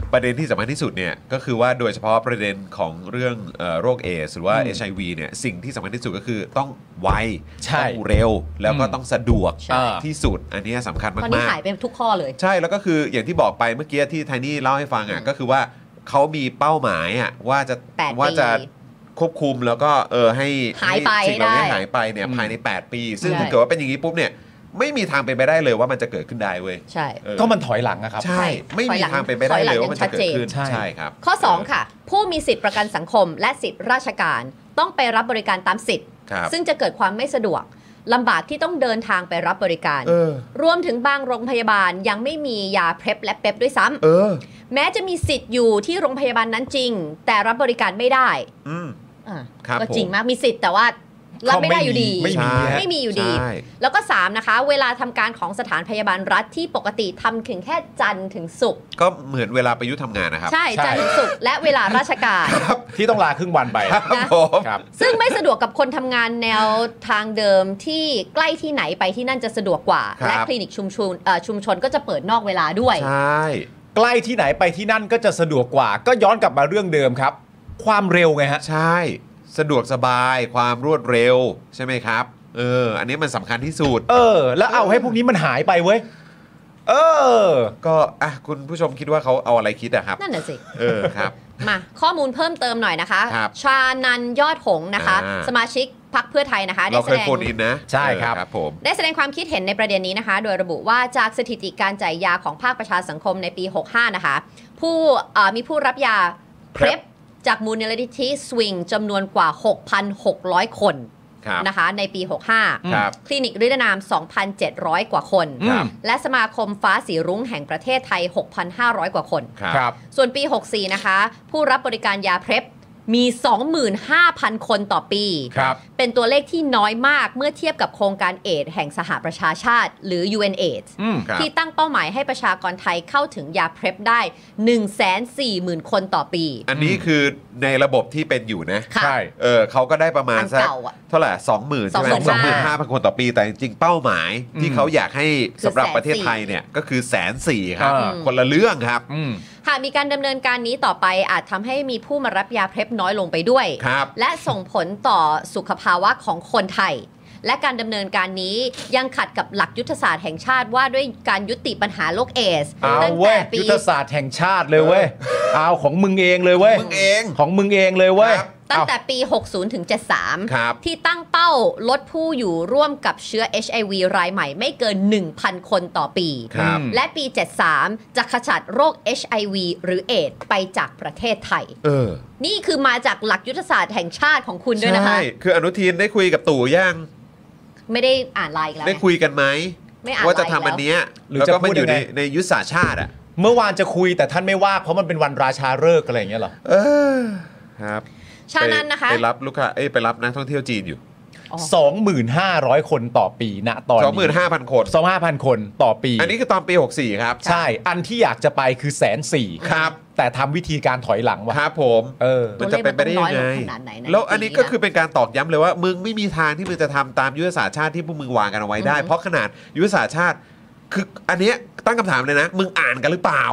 ประเด็นที่สำคัญที่สุดเนี่ยก็คือว่าโดยเฉพาะประเด็นของเรื่องโรคเอสหรือว่า HIV เนี่ยสิ่งที่สำคัญที่สุดก็คือต้องไวต้องเร็วแล้วก็ต้องสะดวกที่สุดอันนี้สำคัญมากๆตอนนี้หายไปทุกข้อเลยใช่แล้วก็คืออย่างที่บอกไปเมื่อกี้ที่ไทนี่เล่าให้ฟังอ่ะก็คือว่าเขามีเป้าหมายอ่ะว่าจะควบคุมแล้วก็ให้สิ่งเหล่านี้หายไปเนี่ยภายใน8ปีซึ่งถ้าเกิดว่าเป็นอย่างนี้ปุ๊บเนี่ยไม่มีทางเป็นไปได้เลยว่ามันจะเกิดขึ้นได้เว้ยใช่ก็มันถอยหลังนะครับใช่ไม่มีทางเป็นไปได้เลยว่ามันจะเกิดขึ้นใช่ครับข้อ2ค่ะผู้มีสิทธิประกันสังคมและสิทธิราชการต้องไปรับบริการตามสิทธิ์ซึ่งจะเกิดความไม่สะดวกลำบากที่ต้องเดินทางไปรับบริการรวมถึงบางโรงพยาบาลยังไม่มียาเพล็บและเป๊ปด้วยซ้ำแม้จะมีสิทธิ์อยู่ที่โรงพยาบาลนั้นจริงแต่รับบริการไม่ได้ก็จริงมากมีสิทธิ์แต่ว่ารับไม่ได้อยู่ดีไม่มีอยู่ดีแล้วก็3นะคะเวลาทำการของสถานพยาบาลรัฐที่ปกติทำถึงแค่จันทร์ถึงศุกร์ก็เหมือนเวลาประยุทธ์ทำงานนะครับใช่จันทร์ถึงศุกร์และเวลาราชการที่ต้องลาครึ่งวันไปนะซึ่งไม่สะดวกกับคนทำงานแนวทางเดิมที่ใกล้ที่ไหนไปที่นั่นจะสะดวกกว่าและคลินิกชุมชนก็จะเปิดนอกเวลาด้วยใช่ใกล้ที่ไหนไปที่นั่นก็จะสะดวกกว่าก็ย้อนกลับมาเรื่องเดิมครับความเร็วไงฮะใช่สะดวกสบายความรวดเร็วใช่ไหมครับอันนี้มันสำคัญที่สุดแล้วเอาให้พวกนี้มันหายไปเว้ยก็คุณผู้ชมคิดว่าเขาเอาอะไรคิดอะครับนั่นน่ะสิครับมาข้อมูลเพิ่มเติมหน่อยนะคะชานันยอดหงนะคะสมาชิกพรรคเพื่อไทยนะคะได้แสดงนะใช่ครับผมได้แสดงความคิดเห็นในประเด็นนี้นะคะโดยระบุว่าจากสถิติการจ่ายยาของภาคประชาสังคมในปี65นะคะมีผู้รับยาเพล็บจากมูลนิธิสวิงจำนวนกว่า 6,600 คนนะคะในปี65คลินิกฤทธิ์นาม 2,700 กว่าคนและสมาคมฟ้าสีรุ้งแห่งประเทศไทย 6,500 กว่าคนส่วนปี64นะคะผู้รับบริการยาเพล็บมี 25,000 คนต่อปีเป็นตัวเลขที่น้อยมากเมื่อเทียบกับโครงการเอดส์แห่งสหประชาชาติหรือ UNAIDS ที่ตั้งเป้าหมายให้ประชากรไทยเข้าถึงยาเพล็บได้ 140,000 คนต่อปีอันนี้คือในระบบที่เป็นอยู่นะใช่เขาก็ได้ประมาณสักเท่าไหร่ 20,000 ใช่ไหม 25,000 คนต่อปีแต่จริงๆเป้าหมายที่เขาอยากให้สำหรับประเทศไทยเนี่ยก็คือ 140,000 ครับคนละเรื่องครับหากมีการดำเนินการนี้ต่อไปอาจทำให้มีผู้มารับยาเพล็บน้อยลงไปด้วยและส่งผลต่อสุขภาวะของคนไทยและการดำเนินการนี้ยังขัดกับหลักยุทธศาสตร์แห่งชาติว่าด้วยการยุติปัญหาโรคเอดส์ตั้งแต่ปียุทธศาสตร์แห่งชาติเลยเว้ยเอาของมึงเองเลยเว้ยของมึงเองเลยเว้ยตั้งแต่ปี 60 ถึง 73 ที่ตั้งเป้าลดผู้อยู่ร่วมกับเชื้อ HIV รายใหม่ไม่เกิน 1,000 คนต่อปีและปี 73 จะขจัดโรค HIV หรือเอดส์ไปจากประเทศไทยนี่คือมาจากหลักยุทธศาสตร์แห่งชาติของคุณด้วยนะคะใช่คืออนุทินได้คุยกับตู่ยังไม่ได้อ่านไลน์แล้วได้คุยกันไหมว่าจะทำอันนี้หรือจะมันอยู่ในยุทธศาสตร์ชาติอะเมื่อวานจะคุยแต่ท่านไม่ว่าเพราะมันเป็นวันราชาฤกษ์อะไรอย่างเงี้ยหรอครับชานั้นนะคะไปรับลูกค้าไปรับนักท่องเที่ยวจีนอยู่ 2,500 คนต่อปีณตอนนี้ 25,000 คน 2,500 คนต่อปีอันนี้คือตอนปี64ครับใช่อันที่อยากจะไปคือ 140,000 ครับแต่ทำวิธีการถอยหลังว่ะครับผมมันจะเป็นไปได้ยังไงแล้วอันนี้ก็คือเป็นการตอกย้ำเลยว่ามึงไม่มีทางที่มึงจะทำตามยุทธศาสตร์ชาติที่พวกมึงวางกันเอาไว้ได้เพราะขนาดยุทธศาสตร์ชาติคืออันเนี้ยตั้งคำถามเลยนะมึงอ่านกันหรือเปล่า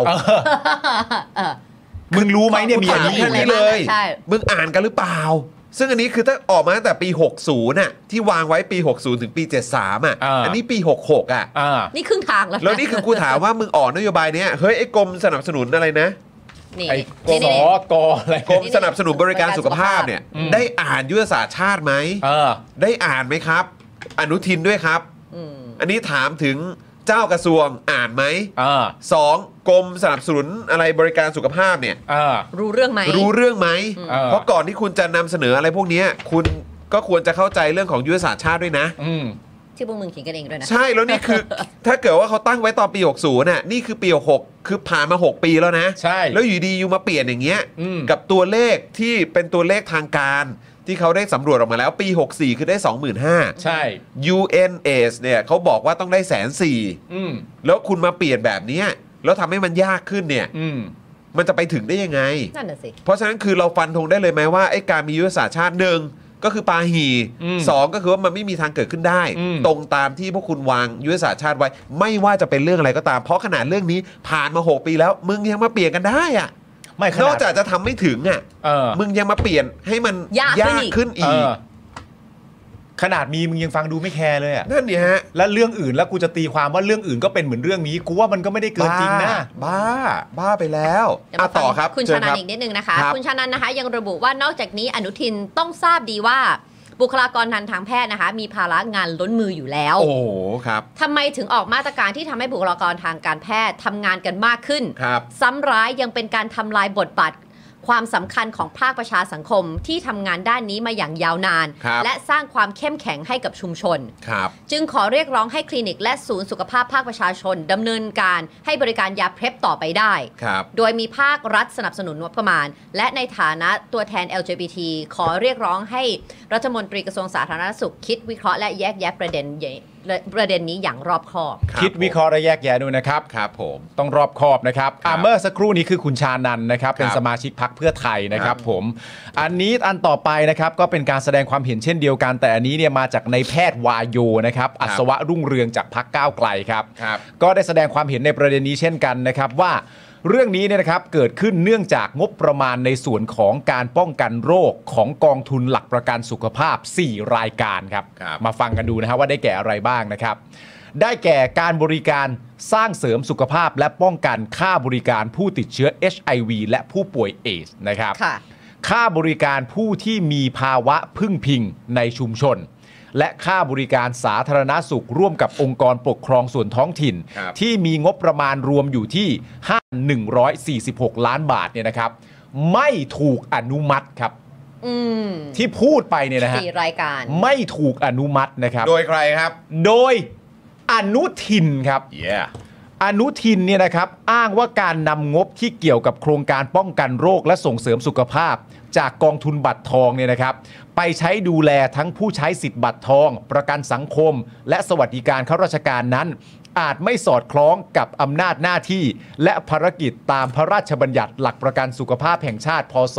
มึงรู้ไหมเนี่ยมีอันนี้เลยมึงอ่านกันหรือเปล่าซึ่งอันนี้คือถ้าออกมาตั้งแต่ปี60น่ะที่วางไว้ปี60ถึงปี73อันนี้ปี66 นี่ครึ่งทางแล้วนี่คือกูถามว่ามึงออกนโยบายเนี้ยเฮ้ยไอ้กรมสนับสนุนอะไรนะไอ้กสกอะไรกรมสนับสนุนบริการสุขภาพเนี่ยได้อ่านยุทธศาสตร์ชาติไหมได้อ่านไหมครับอนุทินด้วยครับอันนี้ถามถึงเจ้ากระทรวงอ่านไหม2กรมสนับสนุนอะไรบริการสุขภาพเนี่ยรู้เรื่องไหมเพราะก่อนที่คุณจะนำเสนออะไรพวกนี้คุณก็ควรจะเข้าใจเรื่องของยุทธศาสตร์ชาติด้วยนะที่พวกมึงเขียนกันเองด้วยนะใช่แล้วนี่คือถ้าเกิดว่าเขาตั้งไว้ตอนปี60น่ะนี่คือปี66คือผ่านมา6ปีแล้วนะใช่แล้วอยู่ดีอยู่มาเปลี่ยนอย่างเงี้ยกับตัวเลขที่เป็นตัวเลขทางการที่เขาได้สำรวจออกมาแล้วปี64คือได้ 25,000 ใช่ UNAIDS เนี่ยเขาบอกว่าต้องได้ 140,000 แล้วคุณมาเปลี่ยนแบบนี้แล้วทำให้มันยากขึ้นเนี่ยมันจะไปถึงได้ยังไงนั่นน่ะสิเพราะฉะนั้นคือเราฟันธงได้เลยไหมว่าไอ้การมียุทธศาสตร์ชาติหนึ่งก็คือปาหีสองก็คือว่ามันไม่มีทางเกิดขึ้นได้ตรงตามที่พวกคุณวางยุทธศาสตร์ชาติไว้ไม่ว่าจะเป็นเรื่องอะไรก็ตามเพราะขนาดเรื่องนี้ผ่านมา6 ปีแล้วมึงยังมาเปลี่ยนกันได้อะไม่นอกจากจะทำไม่ถึงอ่ะมึงยังมาเปลี่ยนให้มันยากขึ้นอีกขนาดมีมึงยังฟังดูไม่แคร์เลยอ่ะนั่นนี่ฮะแล้วเรื่องอื่นแล้วกูจะตีความว่าเรื่องอื่นก็เป็นเหมือนเรื่องนี้กูว่ามันก็ไม่ได้เกินจริงนะบ้าไปแล้วต่อครับคุณชานันอีกนิดนึงนะคะคุณชานันนะคะยังระบุว่านอกจากนี้อนุทินต้องทราบดีว่าบุคลากรทางแพทย์นะคะมีภาระงานล้นมืออยู่แล้วโอ้ครับทำไมถึงออกมาตรการที่ทำให้บุคลากรทางการแพทย์ทำงานกันมากขึ้นซ้ำร้ายยังเป็นการทำลายบทบาทความสำคัญของภาคประชาสังคมที่ทำงานด้านนี้มาอย่างยาวนานและสร้างความเข้มแข็งให้กับชุมชนจึงขอเรียกร้องให้คลินิกและศูนย์สุขภาพภาคประชาชนดำเนินการให้บริการยาเพล็ปต่อไปได้โดยมีภาครัฐสนับสนุนงบประมาณและในฐานะตัวแทน LGBT ขอเรียกร้องให้รัฐมนตรีกระทรวงสาธารณสุขคิดวิเคราะห์และแยกแยะประเด็นนี้อย่างรอบคอบคิดวิเคราะห์และแยกแยะด้วยนะครับครับผมต้องรอบคอบนะครับเมื่อสักครู่นี้คือคุณชานันท์นะครับเป็นสมาชิกพรรคเพื่อไทยนะครับผมอันต่อไปนะครับก็เป็นการแสดงความเห็นเช่นเดียวกันแต่อันนี้เนี่ยมาจากในแพทย์วายโยนะครับอัศวะรุ่งเรืองจากพรรคก้าวไกลครับก็ได้แสดงความเห็นในประเด็นนี้เช่นกันนะครับว่าเรื่องนี้เนี่ยนะครับเกิดขึ้นเนื่องจากงบประมาณในส่วนของการป้องกันโรคของกองทุนหลักประกันสุขภาพ4รายการครับมาฟังกันดูนะครับว่าได้แก่อะไรบ้างนะครับได้แก่การบริการสร้างเสริมสุขภาพและป้องกันค่าบริการผู้ติดเชื้อ HIV และผู้ป่วยเอดส์นะครับค่าบริการผู้ที่มีภาวะพึ่งพิงในชุมชนและค่าบริการสาธารณสุขร่วมกับองค์กรปกครองส่วนท้องถิ่นที่มีงบประมาณรวมอยู่ที่146 ล้านบาทเนี่ยนะครับไม่ถูกอนุมัติครับที่พูดไปเนี่ยนะฮะ 4 รายการไม่ถูกอนุมัตินะครับโดยใครครับโดยอนุทินครับ อนุทินเนี่ยนะครับอ้างว่าการนำงบที่เกี่ยวกับโครงการป้องกันโรคและส่งเสริมสุขภาพจากกองทุนบัตรทองเนี่ยนะครับไปใช้ดูแลทั้งผู้ใช้สิทธิ์บัตรทองประกันสังคมและสวัสดิการข้าราชการนั้นอาจไม่สอดคล้องกับอำนาจหน้าที่และภารกิจตามพระราชบัญญัติหลักประกันสุขภาพแห่งชาติพ.ศ.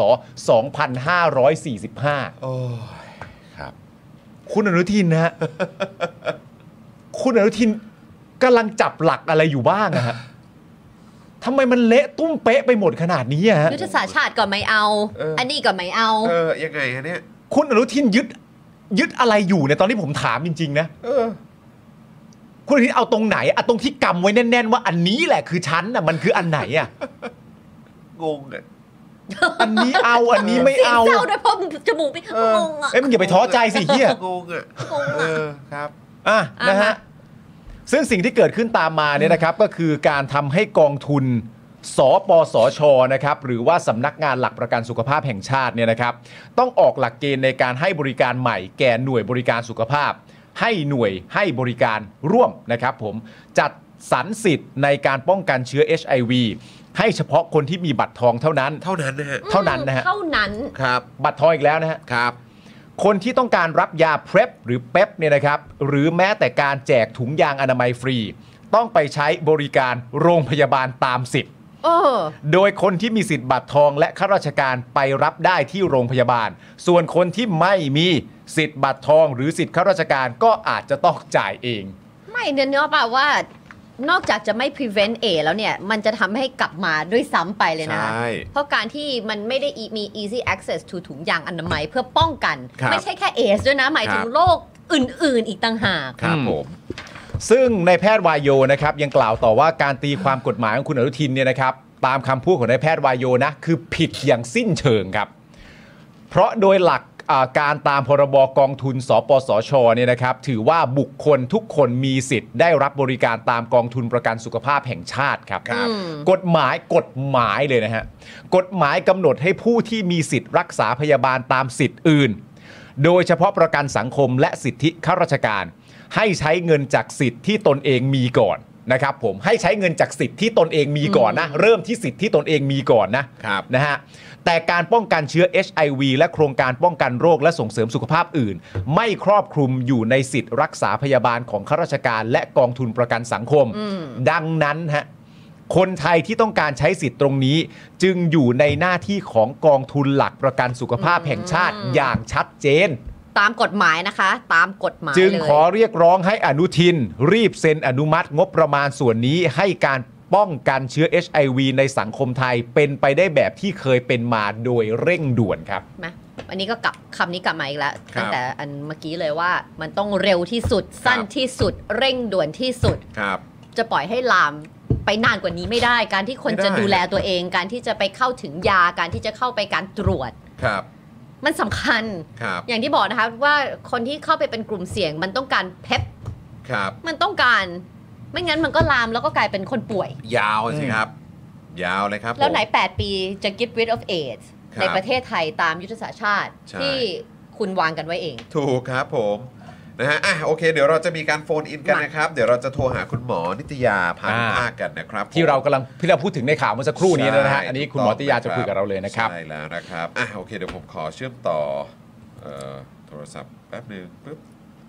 2545 โอ้ครับคุณอนุทินนะฮะ คุณอนุทินกำลังจับหลักอะไรอยู่บ้างนะฮะทำไมมันเละตุ้มเป๊ะไปหมดขนาดนี้ฮะยุทธศาสตร์ชาติก็ไม่เอาอันนี้ก็ไม่เอายังไงฮะเนี่ยคุณอนุทินยึดอะไรอยู่เนี่ยตอนที่ผมถามจริงๆนะคุณอนุทินเอาตรงไหนตรงที่กำไว้แน่นๆว่าอันนี้แหละคือฉันน่ะมันคืออันไหนอ่ะงงอ่ะอันนี้เอาอันนี้ไม่เอาเศร้าด้วยเพราะจมูกไม่งงอ่ะมึงอย่าไปท้อใจสิเหี้ยงงอ่ะครับนะฮะซึ่งสิ่งที่เกิดขึ้นตามมาเนี่ยนะครับก็คือการทำให้กองทุนสปสช.นะครับหรือว่าสำนักงานหลักประกันสุขภาพแห่งชาติเนี่ยนะครับต้องออกหลักเกณฑ์ในการให้บริการใหม่แก่หน่วยบริการสุขภาพให้หน่วยให้บริการร่วมนะครับผมจัดสรรสิทธิ์ในการป้องกันเชื้อ HIV ให้เฉพาะคนที่มีบัตรทองเท่านั้นนะฮะเท่านั้นครับบัตรทองอีกแล้วนะฮะครับคนที่ต้องการรับยาเพล็ปหรือเป๊ปเนี่ยนะครับหรือแม้แต่การแจกถุงยางอนามัยฟรีต้องไปใช้บริการโรงพยาบาลตามสิทธิ์โดยคนที่มีสิทธิ์บัตรทองและข้าราชการไปรับได้ที่โรงพยาบาลส่วนคนที่ไม่มีสิทธิ์บัตรทองหรือสิทธิ์ข้าราชการก็อาจจะต้องจ่ายเองไม่เนื้อป่ะว่านอกจากจะไม่ prevent A แล้วเนี่ยมันจะทำให้กลับมาด้วยซ้ำไปเลยนะเพราะการที่มันไม่ได้มี easy access to ถุงยางอนามัยเพื่อป้องกันไม่ใช่แค่เอสด้วยนะหมายถึงโรคอื่นๆอีกต่างหากครับผมซึ่งในแพทย์วายโยนะครับยังกล่าวต่อว่าการตีความกฎหมายของคุณอนุทินเนี่ยนะครับตามคำพูดของนายแพทย์วายโยนะคือผิดอย่างสิ้นเชิงครับเพราะโดยหลักการตามพรบกองทุนสปสช.เนี่ยนะครับถือว่าบุคคลทุกคนมีสิทธิ์ได้รับบริการตามกองทุนประกันสุขภาพแห่งชาติครับกฎหมายเลยนะฮะกฎหมายกำหนดให้ผู้ที่มีสิทธิ์รักษาพยาบาลตามสิทธิ์อื่นโดยเฉพาะประกันสังคมและสิทธิข้าราชการให้ใช้เงินจากสิทธิ์ที่ตนเองมีก่อนนะครับผมให้ใช้เงินจากสิทธิ์ที่ตนเองมีก่อนนะเริ่มที่สิทธิ์ที่ตนเองมีก่อนนะฮะแต่การป้องกันเชื้อ HIV และโครงการป้องกันโรคและส่งเสริมสุขภาพอื่นไม่ครอบคลุมอยู่ในสิทธิ์รักษาพยาบาลของข้าราชการและกองทุนประกันสังคมดังนั้นฮะคนไทยที่ต้องการใช้สิทธิ์ตรงนี้จึงอยู่ในหน้าที่ของกองทุนหลักประกันสุขภาพแห่งชาติอย่างชัดเจนตามกฎหมายนะคะตามกฎหมายจึงขอเรียกร้องให้อนุทินรีบเซ็นอนุมัติงบประมาณส่วนนี้ให้การป้องกันเชื้อ HIV ในสังคมไทยเป็นไปได้แบบที่เคยเป็นมาโดยเร่งด่วนครับอันนี้ก็กลับคำนี้กลับมาอีกแล้วตั้งแต่อันเมื่อกี้เลยว่ามันต้องเร็วที่สุดสั้นที่สุดเร่งด่วนที่สุดจะปล่อยให้ลามไปนานกว่านี้ไม่ได้การที่คนจะดูแลตัวเองการที่จะไปเข้าถึงยาการที่จะเข้าไปการตรวจมันสำคัญอย่างที่บอกนะคะว่าคนที่เข้าไปเป็นกลุ่มเสี่ยงมันต้องการเพปมันต้องการไม่งั้นมันก็ลามแล้วก็กลายเป็นคนป่วยยาวสิครับยาวเลยครับแล้วไหน8ปีจะ get rid of AIDS ในประเทศไทยตามยุทธศาสตร์ชาติที่คุณวางกันไว้เองถูกครับผมนะฮะโอเคเดี๋ยวเราจะมีการโฟนอินกันนะครับเดี๋ยวเราจะโทรหาคุณหมอนิตยาพานุภาคกันนะครับที่เราพูดถึงในข่าวเมื่อสักครู่นี้นะฮะอันนี้คุณหมอนิตยาจะคุยกับเราเลยนะครับใช่แล้วนะครับโอเคเดี๋ยวผมขอเชื่อมต่อโทรศัพท์แป๊บนึงปึ๊บ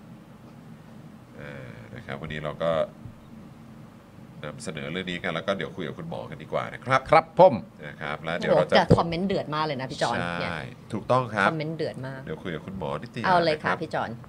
นะครับวันนี้เราก็นำเสนอเรื่องนี้กันแล้วก็เดี๋ยวคุยกับคุณหมอกันดีกว่านะครับครับผมนะครับแล้วเดี๋ยวเราจะคอมเมนต์เดือดมากเลยนะพี่จอนใช่ถูกต้องครับคอมเมนต์เดือดมากเดี๋ยวคุยกับคุณหมอนิตยาเอาเลยค่ะพี่จอน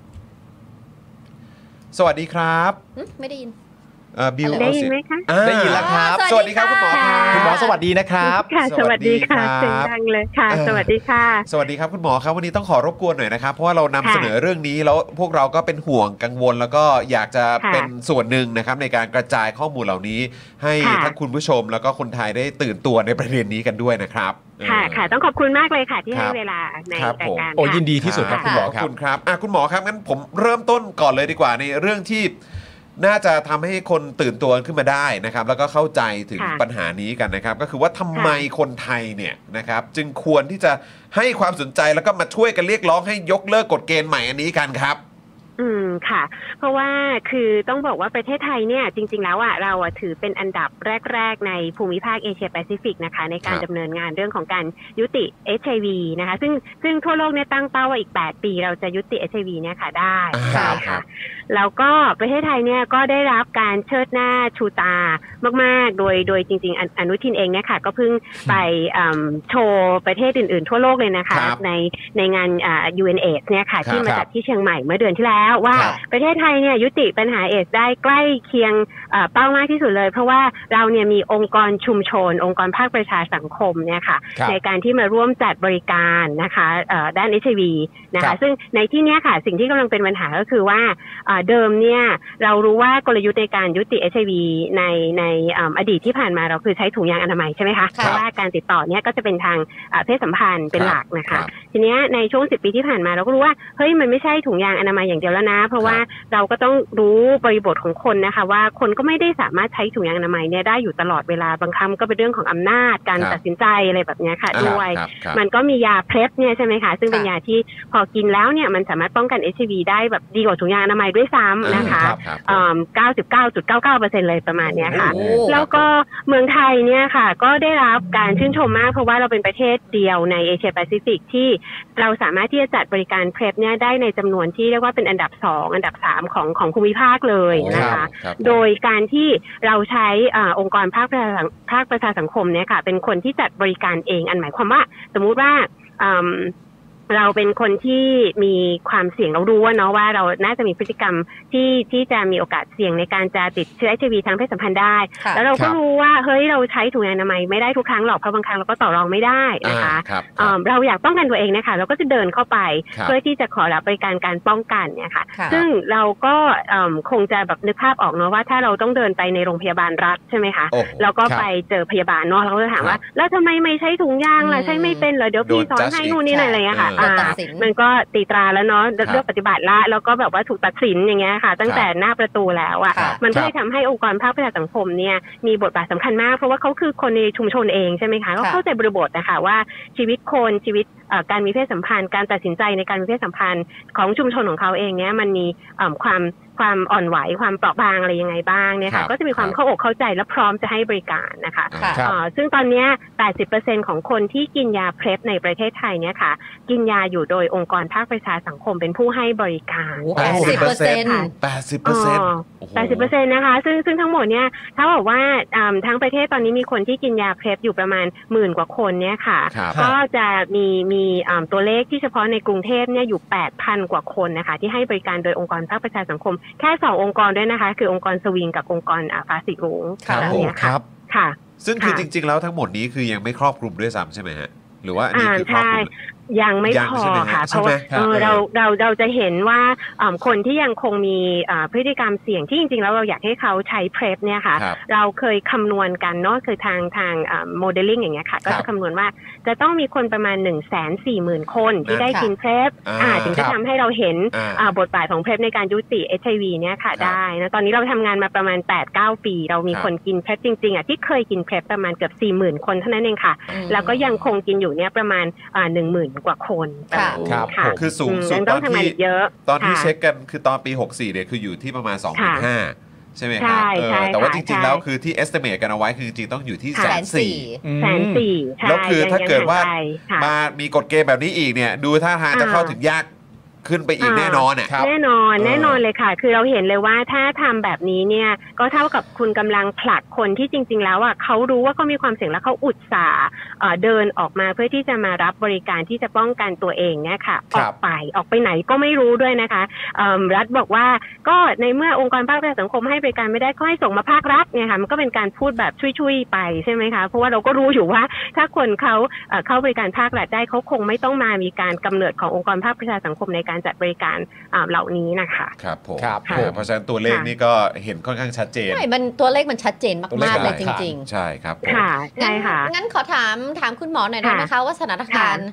สวัสดีครับไม่ได้ยินบิวได้ยินไหมคะได้ยินแล้วครับสวัสดีครับคุณหมอครับคุณหมอสวัสดีนะครับค่ะสวัสดีค่ะเสียงดังเลยค่ะสวัสดีค่ะสวัสดีครับคุณหมอครับวันนี้ต้องขอรบกวนหน่อยนะครับเพราะว่าเรานำเสนอเรื่องนี้แล้วพวกเราก็เป็นห่วงกังวลแล้วก็อยากจะเป็นส่วนหนึ่งนะครับในการกระจายข้อมูลเหล่านี้ให้ทั้งคุณผู้ชมแล้วก็คนไทยได้ตื่นตัวในประเด็นนี้กันด้วยนะครับค่ะต้องขอบคุณมากเลยค่ะที่ให้เวลาในรายการโอ้ยินดีที่สุดครับคุณหมอครับคุณครับคุณหมอครับงั้นผมเริ่มต้นก่อนเลยดีกว่าในเรื่องที่น่าจะทำให้คนตื่นตัวขึ้นมาได้นะครับแล้วก็เข้าใจถึงปัญหานี้กันนะครับก็คือว่าทำไมคนไทยเนี่ยนะครับจึงควรที่จะให้ความสนใจแล้วก็มาช่วยกันเรียกร้องให้ยกเลิกกฎเกณฑ์ใหม่อันนี้กันครับค่ะเพราะว่าคือต้องบอกว่าประเทศไทยเนี่ยจริงๆแล้วเราถือเป็นอันดับแรกๆในภูมิภาคเอเชียแปซิฟิกนะคะในการดำเนินงานเรื่องของการยุติ HIV นะคะซึ่งทั่วโลกเนี่ยตั้งเป้าว่าอีก8ปีเราจะยุติ HIV เนี่ยค่ะได้ใช่ค่ะแล้วก็ประเทศไทยเนี่ยก็ได้รับการเชิดหน้าชูตามากๆโดยจริงๆอนุทินเองเนี่ยค่ะก็เพิ่งไปโชว์ประเทศอื่นๆทั่วโลกเลยนะคะในงานUNAIDS เนี่ยค่ะที่มาจัดที่เชียงใหม่เมื่อเดือนที่แล้วว่าประเทศไทยเนี่ยยุติปัญหาเอดส์ได้ใกล้เคียงเป้ามากที่สุดเลยเพราะว่าเราเนี่ยมีองค์กรชุมชนองค์กรภาคประชาสังคมเนี่ยค่ะในการที่มาร่วมจัดบริการนะคะด้าน HIV นะคะซึ่งในที่นี้ค่ะสิ่งที่กำลังเป็นปัญหาก็คือว่าเดิมเนี่ยเรารู้ว่ากลยุทธ์ในการยุติ HIV ในอดีตที่ผ่านมาเราคือใช้ถุงยางอนามัยใช่ไหมคะเพราะว่าการติดต่อเนี่ยก็จะเป็นทางเพศสัมพันธ์เป็นหลักนะคะทีนี้ในช่วง10 ปีที่ผ่านมาเราก็รู้ว่าเฮ้ยมันไม่ใช่ถุงยางอนามัยอย่างเดียวแล้วนะเพราะว่าเราก็ต้องรู้บริบทของคนนะคะว่าคนก็ไม่ได้สามารถใช้ถุงยางอนามัยเนี่ยได้อยู่ตลอดเวลาบางครั้งก็เป็นเรื่องของอำนาจการตัดสินใจอะไรแบบนี้ค่ะด้วยมันก็มียาเพลฟเนี่ยใช่ไหมคะซึ่งเป็นยาที่พอกินแล้วเนี่ยมันสามารถป้องกัน HIV ได้แบบดีกว่าถุงยางอนามัยด้วยซ้ำนะคะ99.99% เลยประมาณนี้ค่ะแล้วก็เมืองไทยเนี่ยค่ะก็ได้รับการชื่นชมมากเพราะว่าเราเป็นประเทศเดียวในเอเชียแปซิฟิกที่เราสามารถที่จะจัดบริการเพลฟเนี่ยได้ในจำนวนที่เรียกว่าเป็นอันดับ2อันดับ3ของภูมิภาคเลยนะคะโดยการที่เราใช้องค์กรภาคประชาสังคมเนี่ยค่ะเป็นคนที่จัดบริการเองอันหมายความว่าสมมุติว่าเราเป็นคนที่มีความเสี่ยงเรารู้ว่าเนาะว่าเราน่าจะมีพฤติกรรมที่จะมีโอกาสเสี่ยงในการจะติดเชื้อ HIV ทางเพศสัมพันธ์ได้แล้วเราก็รู้ว่าเฮ้ยเราใช้ถุงยางอนามัยไม่ได้ทุกครั้งหรอกเพราะบางครั้งเราก็ต่อรองไม่ได้นะคะเราอยากป้องกันตัวเองนะคะเราก็จะเดินเข้าไปเพื่อที่จะขอรับบริการการป้องกันเนี่ยค่ะซึ่งเราก็คงจะแบบนึกภาพออกเนาะว่าถ้าเราต้องเดินไปในโรงพยาบาลรัฐใช่ไหมคะแล้วก็ไปเจอพยาบาลเนาะเราก็จะถามว่าแล้วทำไมไม่ใช้ถุงยางล่ะใช้ไม่เป็นเหรอเดี๋ยวพี่สอนให้นู่นนี่อะไรอย่างเงี้ยค่ะมันก็ตีตราแล้วเนาะเลือกปฏิบัติละแล้วก็แบบว่าถูกตัดสินอย่างเงี้ยค่ะตั้งแต่หน้าประตูแล้วอ่ะมันก็เลยทำให้องค์กรภาคประชาสังคมเนี่ยมีบทบาทสำคัญมากเพราะว่าเขาคือคนในชุมชนเองใช่ไหมคะก็เข้าใจบริบทนะคะว่าชีวิตคนชีวิตการมีเพศสัมพันธ์การตัดสินใจในการมีเพศสัมพันธ์ของชุมชนของเขาเองเนี่ยมันมีความอ่อนไหวความเปราะบางอะไรยังไงบ้างเนี่ยค่ะก็จะมีความเข้าอกเข้าใจและพร้อมจะให้บริการนะคะซึ่งตอนนี้ 80% ของคนที่กินยาเพลฟในประเทศไทยเนี่ยค่ะกินยาอยู่โดยองค์กรภาคประชาสังคมเป็นผู้ให้บริการ 80% นะคะซึ่งทั้งหมดเนี่ยถ้าบอกว่าทั้งประเทศตอนนี้มีคนที่กินยาเพลฟอยู่ประมาณ10,000 กว่าคนเนี่ยค่ะก็จะมีตัวเลขที่เฉพาะในกรุงเทพเนี่ยอยู่ 8,000 กว่าคนนะคะที่ให้บริการโดยองค์กรภาคประชาสังคมแค่2องค์กรด้วยนะคะคือองค์กรสวิงกับองค์กรฟ้าสีรุ้งครับค่ะซึ่งคือจริงๆแล้วทั้งหมดนี้คือยังไม่ครอบคลุมด้วยซ้ำใช่ไหมฮะหรือว่าอันนี้คือครอบคลุมยังไม่พอค่ะเพราะว่าเราจะเห็นว่าคนที่ยังคงมีพฤติกรรมเสี่ยงที่จริงๆแล้วเราอยากให้เขาใช้เพลฟเนี่ยค่ะเราเคยคำนวณกันเนาะคือทางโมเดลลิ่งอย่างเงี้ยค่ะก็จะคำนวณว่าจะต้องมีคนประมาณ 140,000 คนที่ได้กินเพลฟถึงจะทำให้เราเห็นบทบาทของเพลฟในการยุติ HIV เนี่ยค่ะได้นะตอนนี้เราทำงานมาประมาณ 8-9 ปีเรามีคนกินเพลฟจริงๆที่เคยกินเพลฟประมาณเกือบ 40,000 คนเท่านั้นเองค่ะแล้วก็ยังคงกินอยู่เนี่ยประมาณ 10,000 กว่าคนค่ะคือสูงสุดตอนที่เช็คกันคือตอนปี 64เนี่ยคืออยู่ที่ประมาณ 25,000 ใช่ไหมครับแต่ว่าจริงๆแล้วคือที่ estimate กันเอาไว้คือจริงๆต้องอยู่ที่140,000แล้วคือถ้าเกิดว่ามามีกฎเกณฑ์แบบนี้อีกเนี่ยดูท่าทางจะเข้าถึงยากขึ้นไปอีกแน่นอนอ่ะแน่นอนเลยค่ะคือเราเห็นเลยว่าถ้าทำแบบนี้เนี่ยก็เท่ากับคุณกำลังผลักคนที่จริงๆแล้วอ่ะเขารู้ว่าเขามีความเสี่ยงแล้วเขาอุตส่าห์เดินออกมาเพื่อที่จะมารับบริการที่จะป้องกันตัวเองเนี่ยค่ะออกไปไหนก็ไม่รู้ด้วยนะคะรัฐบอกว่าก็ในเมื่อองค์กรภาคประชาสังคมให้บริการไม่ได้ก็ให้ส่งมาภาครัฐเนี่ยค่ะมันก็เป็นการพูดแบบช่วยๆไปใช่ไหมคะเพราะว่าเราก็รู้อยู่ว่าถ้าคนเขาเข้าบริการภาครัฐได้เขาคงไม่ต้องมามีการกำเนิดขององค์กรภาคประชาสังคมในการจัดบริการเหล่านี้นะคะครับผมเพราะฉะนั้นตัวเลขนี่ก็เห็นค่อนข้างชัดเจนมันตัวเลขมันชัดเจนมากๆเลยจริงๆใช่ครับค่ะใช่ค่ะงั้นขอถามคุณหมอหน่อยได้ไหมคะว่าสถานการณ์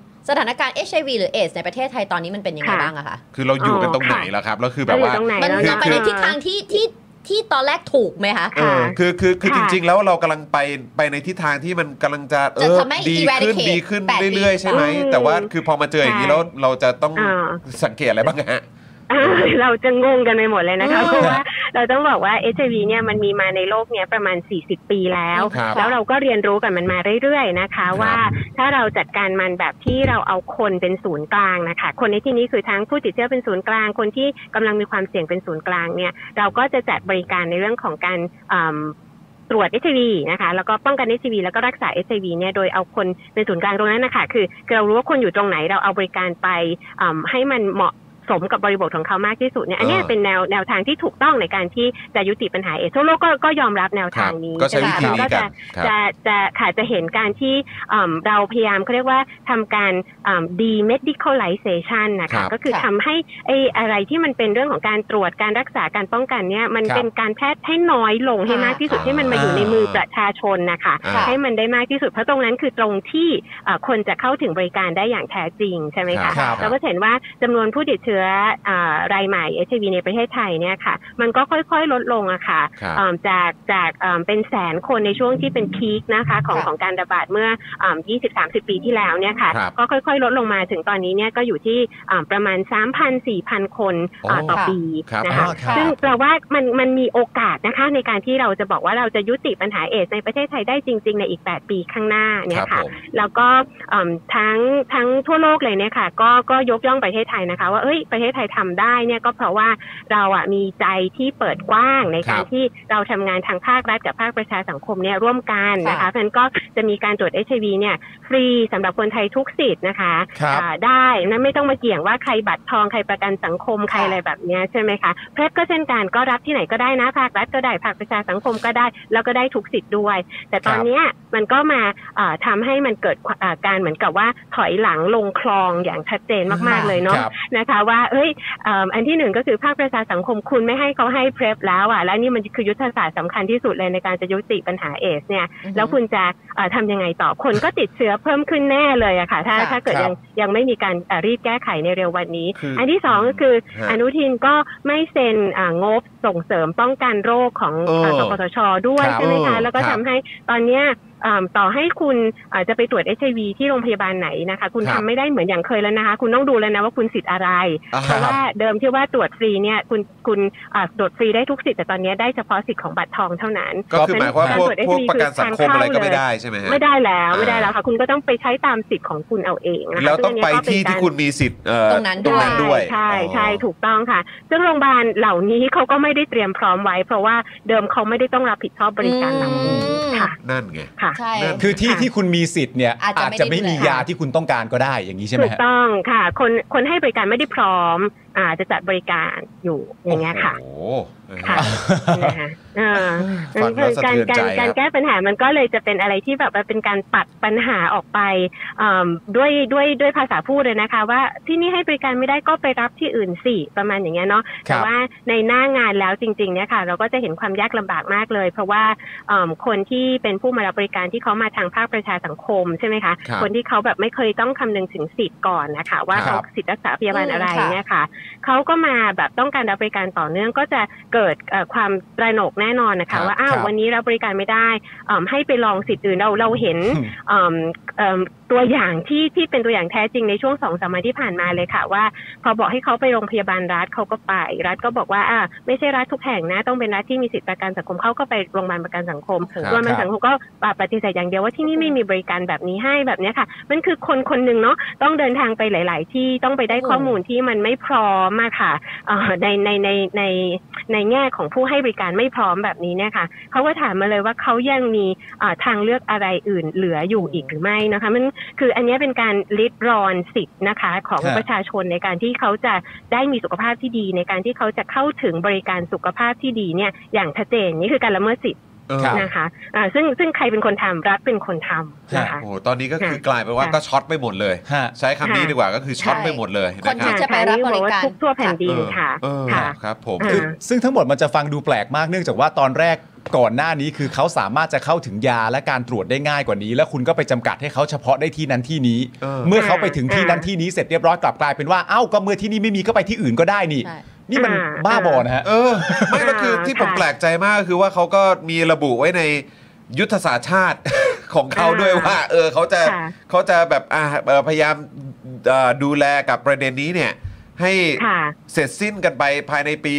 HIV หรือ AIDS ในประเทศไทยตอนนี้มันเป็นยังไงบ้างอะคะคือเราอยู่กันตรงไหนแล้วครับแล้วคือแบบว่ามันไปในทิศทางที่ตอนแรกถูกไหมคะคือจริงๆแล้วเรากำลังไปในทิศทางที่มันกำลังจะดีขึ้นเรื่อยๆใช่ไหมแต่ว่าคือพอมาเจออย่างนี้แล้วเราจะต้องสังเกตอะไรบ้างฮะเราจะงงกันไปหมดเลยนะคะเพราะว่าเราต้องบอกว่า HIV เนี่ยมันมีมาในโลกเนี้ยประมาณ40 ปีแล้วเราก็เรียนรู้กันมันมาเรื่อยๆนะคะว่าถ้าเราจัดการมันแบบที่เราเอาคนเป็นศูนย์กลางนะคะคนในที่นี้คือทั้งผู้ติดเชื้อเป็นศูนย์กลางคนที่กำลังมีความเสี่ยงเป็นศูนย์กลางเนี่ยเราก็จะจัดบริการในเรื่องของการตรวจ HIV นะคะแล้วก็ป้องกัน HIV แล้วก็รักษา HIV เนี่ยโดยเอาคนเป็นศูนย์กลางตรงนั้นนะคะคือเรารู้ว่าคนอยู่ตรงไหนเราเอาบริการไปให้มันเหมาะสมกับบริบทของเขามากที่สุดเนี่ยอันนี้เป็นแนวทางที่ถูกต้องในการที่จะยุติปัญหาเอดส์ทั่วโลกก็ยอมรับแนวทางนี้ก็ใช้วิธีนี้กันจะเห็นการที่เราพยายามเขาเรียกว่าทำการdemedicalization นะคะก็คือทำให้อะไรที่มันเป็นเรื่องของการตรวจการรักษาการป้องกันเนี่ยมันเป็นการแพทย์ให้น้อยลงให้มากที่สุดให้มันมาอยู่ในมือประชาชนนะคะให้มันได้มากที่สุดเพราะตรงนั้นคือตรงที่คนจะเข้าถึงบริการได้อย่างแท้จริงใช่ไหมคะเราก็เห็นว่าจำนวนผู้ติดเชื้อรายใหม่ HIV ในประเทศไทยเนี่ยค่ะมันก็ค่อยๆลดลงอะค่ะจากเป็นแสนคนในช่วงที่เป็นพีคนะคะของการระบาดเมื่อ20-30 ปีที่แล้วเนี่ยค่ะก็ค่อยๆลดลงมาถึงตอนนี้เนี่ยก็อยู่ที่ประมาณ 3,000-4,000 คนต่อปีนะคะซึ่งแปลว่ามันมีโอกาสนะคะในการที่เราจะบอกว่าเราจะยุติปัญหาเอดส์ในประเทศไทยได้จริงๆในอีก8 ปีข้างหน้าเนี่ยค่ะแล้วก็ทั้งทั่วโลกเลยเนี่ยค่ะก็ยกย่องประเทศไทยนะคะว่าประเทศไทยทำได้เนี่ยก็เพราะว่าเรามีใจที่เปิดกว้างในการที่เราทำงานทางภาครัฐกับภาคประชาสังคมเนี่ยร่วมกันนะคะเพราะฉะนั้นก็จะมีการตรวจ HIV เนี่ยฟรีสำหรับคนไทยทุกสิทธิ์นะคะได้นะไม่ต้องมาเกี่ยงว่าใครบัตรทองใครประกันสังคมใครอะไรแบบนี้ใช่ไหมคะเพรสก็เช่นกันก็รับที่ไหนก็ได้นะภาครัฐก็ได้ภาคประชาสังคมก็ได้แล้วก็ได้ทุกสิทธิ์ด้วยแต่ตอนนี้มันก็มาทำให้มันเกิดการเหมือนกับว่าถอยหลังลงคลองอย่างชัดเจนมากๆเลยเนาะนะคะว่าอันที่หนึ่งก็คือภาคประชาสังคมคุณไม่ให้เขาให้เพรสแล้วแล้วนี่มันคือยุทธศาสตร์สำคัญที่สุดเลยในการจะยุติปัญหาเอดส์เนี่ยแล้วคุณจะทำยังไงต่อคนก็ติดเชื้อเพิ่มขึ้นแน่เลยอะค่ะถ้าเกิดยังไม่มีการรีบแก้ไขในเร็ววันนี้อันที่สองก็คืออนุทินก็ไม่เซ็นงบส่งเสริมป้องกันโรคของสปสช.ด้วยใช่ไหมคะแล้วก็ทำให้ตอนนี้ต่อให้คุณจะไปตรวจ HIV ที่โรงพยาบาลไหนนะคะคุณทำไม่ได้เหมือนอย่างเคยแล้วนะคะคุณต้องดูแล้วนะว่าคุณสิทธิ์อะไรเพราะว่าเดิมที่ว่าตรวจฟรีเนี่ยคุณตรวจฟรีได้ทุกสิทธิ์แต่ตอนนี้ได้เฉพาะสิทธิ์ของบัตรทองเท่านั้นก็คือหมายความว่าพวกประกันสังคมอะไรก็ไม่ได้ใช่ไหมฮะไม่ได้แล้วค่ะคุณก็ต้องไปใช้ตามสิทธิ์ของคุณเอาเองนะคะแล้วต้องไปที่คุณมีสิทธิ์ตรงนั้นด้วยใช่ถูกต้องค่ะซึ่งโรงพยาบาลเหล่านี้เขาก็ไม่ได้เตรียมพร้อมไว้เพราะว่าเดิมเขาไม่ได้ต้องรับผิดชอบบริการเหล่านี้ค่ะนั่นไงค่ะคือที่คุณมีสิทธิ์เนี่ยอาจจะไม่มียาที่คุณต้องการก็ได้อย่างนี้ใช่ไหมถูกต้องค่ะคนให้บริการไม่ได้พร้อมจะจัดบริการอยู่อย่างเงี้ยค่ะค่ะนะคะการแก้ปัญหามันก็เลยจะเป็นอะไรที่แบบเป็นการปัดปัญหาออกไปด้วยภาษาพูดเลยนะคะว่าที่นี่ให้บริการไม่ได้ก็ไปรับที่อื่นสิประมาณอย่างเงี้ยเนาะแต่ว่าในหน้างานแล้วจริงๆเนี่ยค่ะเราก็จะเห็นความยากลำบากมากเลยเพราะว่าคนที่เป็นผู้มารับบริการที่เขามาทางภาคประชาสังคมใช่ไหมคะคนที่เขาแบบไม่เคยต้องคำนึงถึงสิทธิ์ก่อนนะคะว่าเขาสิทธิรักษาพยาบาลอะไรเนี่ยค่ะเขาก็มาแบบต้องการรับบริการต่อเนื่องก็จะเกิดความตระหนกแน่นอนนะคะว่าวันนี้รับบริการไม่ได้ให้ไปลองสิทธิ์อื่นเราเห็นตัวอย่างที่เป็นตัวอย่างแท้จริงในช่วง2-3 วันที่ผ่านมาเลยค่ะว่าพอบอกให้เขาไปโรงพยาบาลรัฐเขาก็ไปรัฐก็บอกว่าไม่ใช่รัฐทุกแห่งนะต้องเป็นรัฐที่มีสิทธิประกันสังคมเขาก็ไปโรงพยาบาลประกันสังคมโรงพยาบาลสังคมก็ปฏิเสธอย่างเดียวว่าที่นี่ไม่มีบริการแบบนี้ให้แบบนี้ค่ะมันคือคนหนึ่งเนาะต้องเดินทางไปหลายๆที่ต้องไปได้ข้อมูลที่มันไม่พร้อมมาค่ะในแง่ของผู้ให้บริการไม่พร้อมแบบนี้เนี่ยค่ะเขาก็ถามมาเลยว่าเขายังมีทางเลือกอะไรอื่นเหลืออยู่อีกหรือไม่นะคะมันคืออันนี้เป็นการริดรอนสิทธิ์นะคะของประชาชนในการที่เขาจะได้มีสุขภาพที่ดีในการที่เขาจะเข้าถึงบริการสุขภาพที่ดีเนี่ยอย่างชัดเจนนี่คือการละเมิดสิทธิ์นะคะซึ่งใครเป็นคนทำรัฐเป็นคนทำนะคะโอ้ตอนนี้ก็คือกลายเป็นว่าก็ช็อตไปหมดเลยใช้คำนี้ดีกว่าก็คือช็อตไปหมดเลยคนที่จะไปรับบริการทั่วแผ่นดินค่ะครับผมซึ่งทั้งหมดมันจะฟังดูแปลกมากเนื่องจากว่าตอนแรกก่อนหน้านี้คือเขาสามารถจะเข้าถึงยาและการตรวจได้ง่ายกว่านี้แล้วคุณก็ไปจำกัดให้เขาเฉพาะได้ที่นั้นที่นี้เมื่อเขาไปถึงที่นั้นที่นี้เสร็จเรียบร้อยกลับกลายเป็นว่าก็เมื่อที่นี่ไม่มีก็ไปที่อื่นก็ได้นี่มันบ้าบอนะฮะไม่ก็คือที่ผมแปลกใจมากคือว่าเขาก็มีระบุไว้ในยุทธศาสตร์ชาติของเขาด้วยว่าเขาจะแบบพยายามดูแลกับประเด็นนี้เนี่ยให้เสร็จสิ้นกันไปภายในปี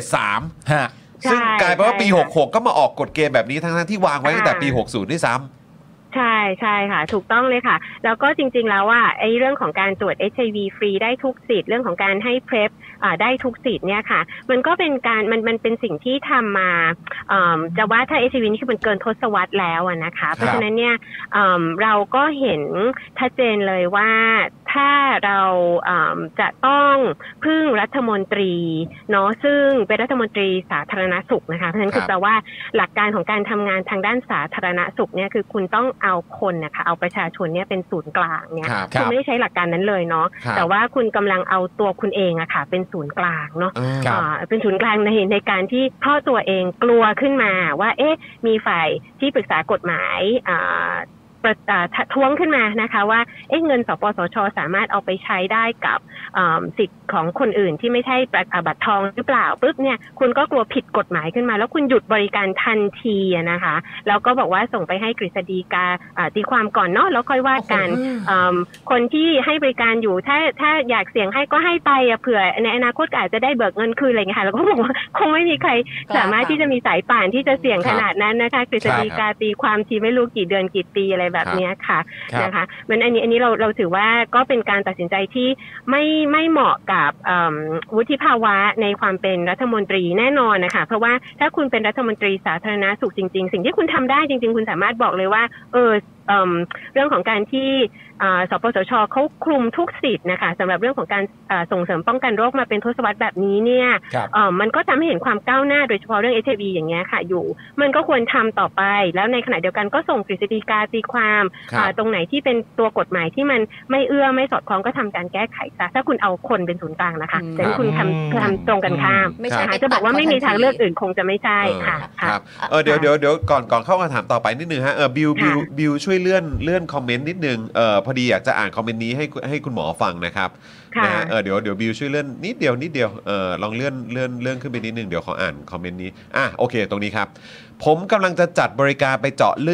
73ซึ่งกลายเป็นว่าปี66ก็มาออกกฎเกณฑ์แบบนี้ทั้งที่วางไว้ตั้งแต่ปี60ด้วยซ้ำใช่ค่ะถูกต้องเลยค่ะแล้วก็จริงๆแล้วว่าไอ้เรื่องของการตรวจ HIV ฟรีได้ทุกสิทธิ์เรื่องของการให้PrEPได้ทุกสิทธิ์เนี่ยค่ะมันก็เป็นการมันเป็นสิ่งที่ทำมาจะว่าถ้า HIV นี่คือมันเกินทศวรรษแล้วนะคะเพราะฉะนั้นเนี่ยเราก็เห็นชัดเจนเลยว่าถ้าเราจะต้องพึ่งรัฐมนตรีเนาะซึ่งเป็นรัฐมนตรีสาธารณสุขนะคะเพราะฉะนั้นคือแปลว่าหลักการของการทำงานทางด้านสาธารณสุขเนี่ยคือคุณต้องเอาคนนะคะเอาประชาชนเนี่ยเป็นศูนย์กลางเนี่ยคุณไม่ได้ใช้หลักการนั้นเลยเนาะแต่ว่าคุณกำลังเอาตัวคุณเองอะค่ะเป็นศูนย์กลางเนาะเป็นศูนย์กลางในการที่พ่อตัวเองกลัวขึ้นมาว่ามีฝ่ายที่ปรึกษากฎหมายท้วงขึ้นมานะคะว่าเงินสปสช.สามารถเอาไปใช้ได้กับสิทธิ์ของคนอื่นที่ไม่ใช่บัตรทองหรือเปล่าปุ๊บเนี่ยคุณก็กลัวผิดกฎหมายขึ้นมาแล้วคุณหยุดบริการทันทีนะคะแล้วก็บอกว่าส่งไปให้กฤษฎีกาตีความก่อนเนาะแล้วค่อยว่ากันคนที่ให้บริการอยู่ถ้าอยากเสี่ยงให้ก็ให้ไปเผื่อในอนาคตอาจจะได้เบิกเงินคืนอะไรเงี้ยค่ะแล้วก็บอกว่าคงไม่มีใครสามารถที่จะมีสายป่านที่จะเสี่ยงขนาดนั้นนะคะกฤษฎีกาตีความทีไม่รู้กี่เดือนกี่ปีอะไรแบบนี้ค่ะนะคะมันอันนี้เราถือว่าก็เป็นการตัดสินใจที่ไม่เหมาะกับวุฒิภาวะในความเป็นรัฐมนตรีแน่นอนนะคะเพราะว่าถ้าคุณเป็นรัฐมนตรีสาธารณสุขจริงๆสิ่งที่คุณทำได้จริงๆคุณสามารถบอกเลยว่าเรื่องของการที่สปสช.เขาคลุมทุกสิทธิ์นะคะสำหรับเรื่องของการส่งเสริมป้องกันโรคมาเป็นทศวรรษแบบนี้เนี่ยมันก็ทำให้เห็นความก้าวหน้าโดยเฉพาะเรื่อง HIV อย่างเงี้ยค่ะอยู่มันก็ควรทำต่อไปแล้วในขณะเดียวกันก็ส่งกฤษฎีกาตีความตรงไหนที่เป็นตัวกฎหมายที่มันไม่เอื้อไม่สอดคล้องก็ทำการแก้ไขซะถ้าคุณเอาคนเป็นศูนย์กลางนะคะแต่ที่คุณทำตรงกันข้ามจะบอกว่าไม่มีทางเลือกอื่นคงจะไม่ใช่ค่ะครับเดี๋ยวก่อนเข้าคำถามต่อไปนิดนึงฮะบิวช่วยเลื่อนคอมเมนต์นิดนึงพอดีอยากจะอ่านคอมเมนต์นี้ให้คุณหมอฟังนะครับนะเดี๋ยวบิวช่วยเลื่อนนิดเดียวลองเลื่อนขึ้นไปนิดนึงเดี๋ยวขออ่านคอมเมนต์นี้โอเคตรงนี้ครับผมกำลังจะจัดบริการไปเจาะเลือด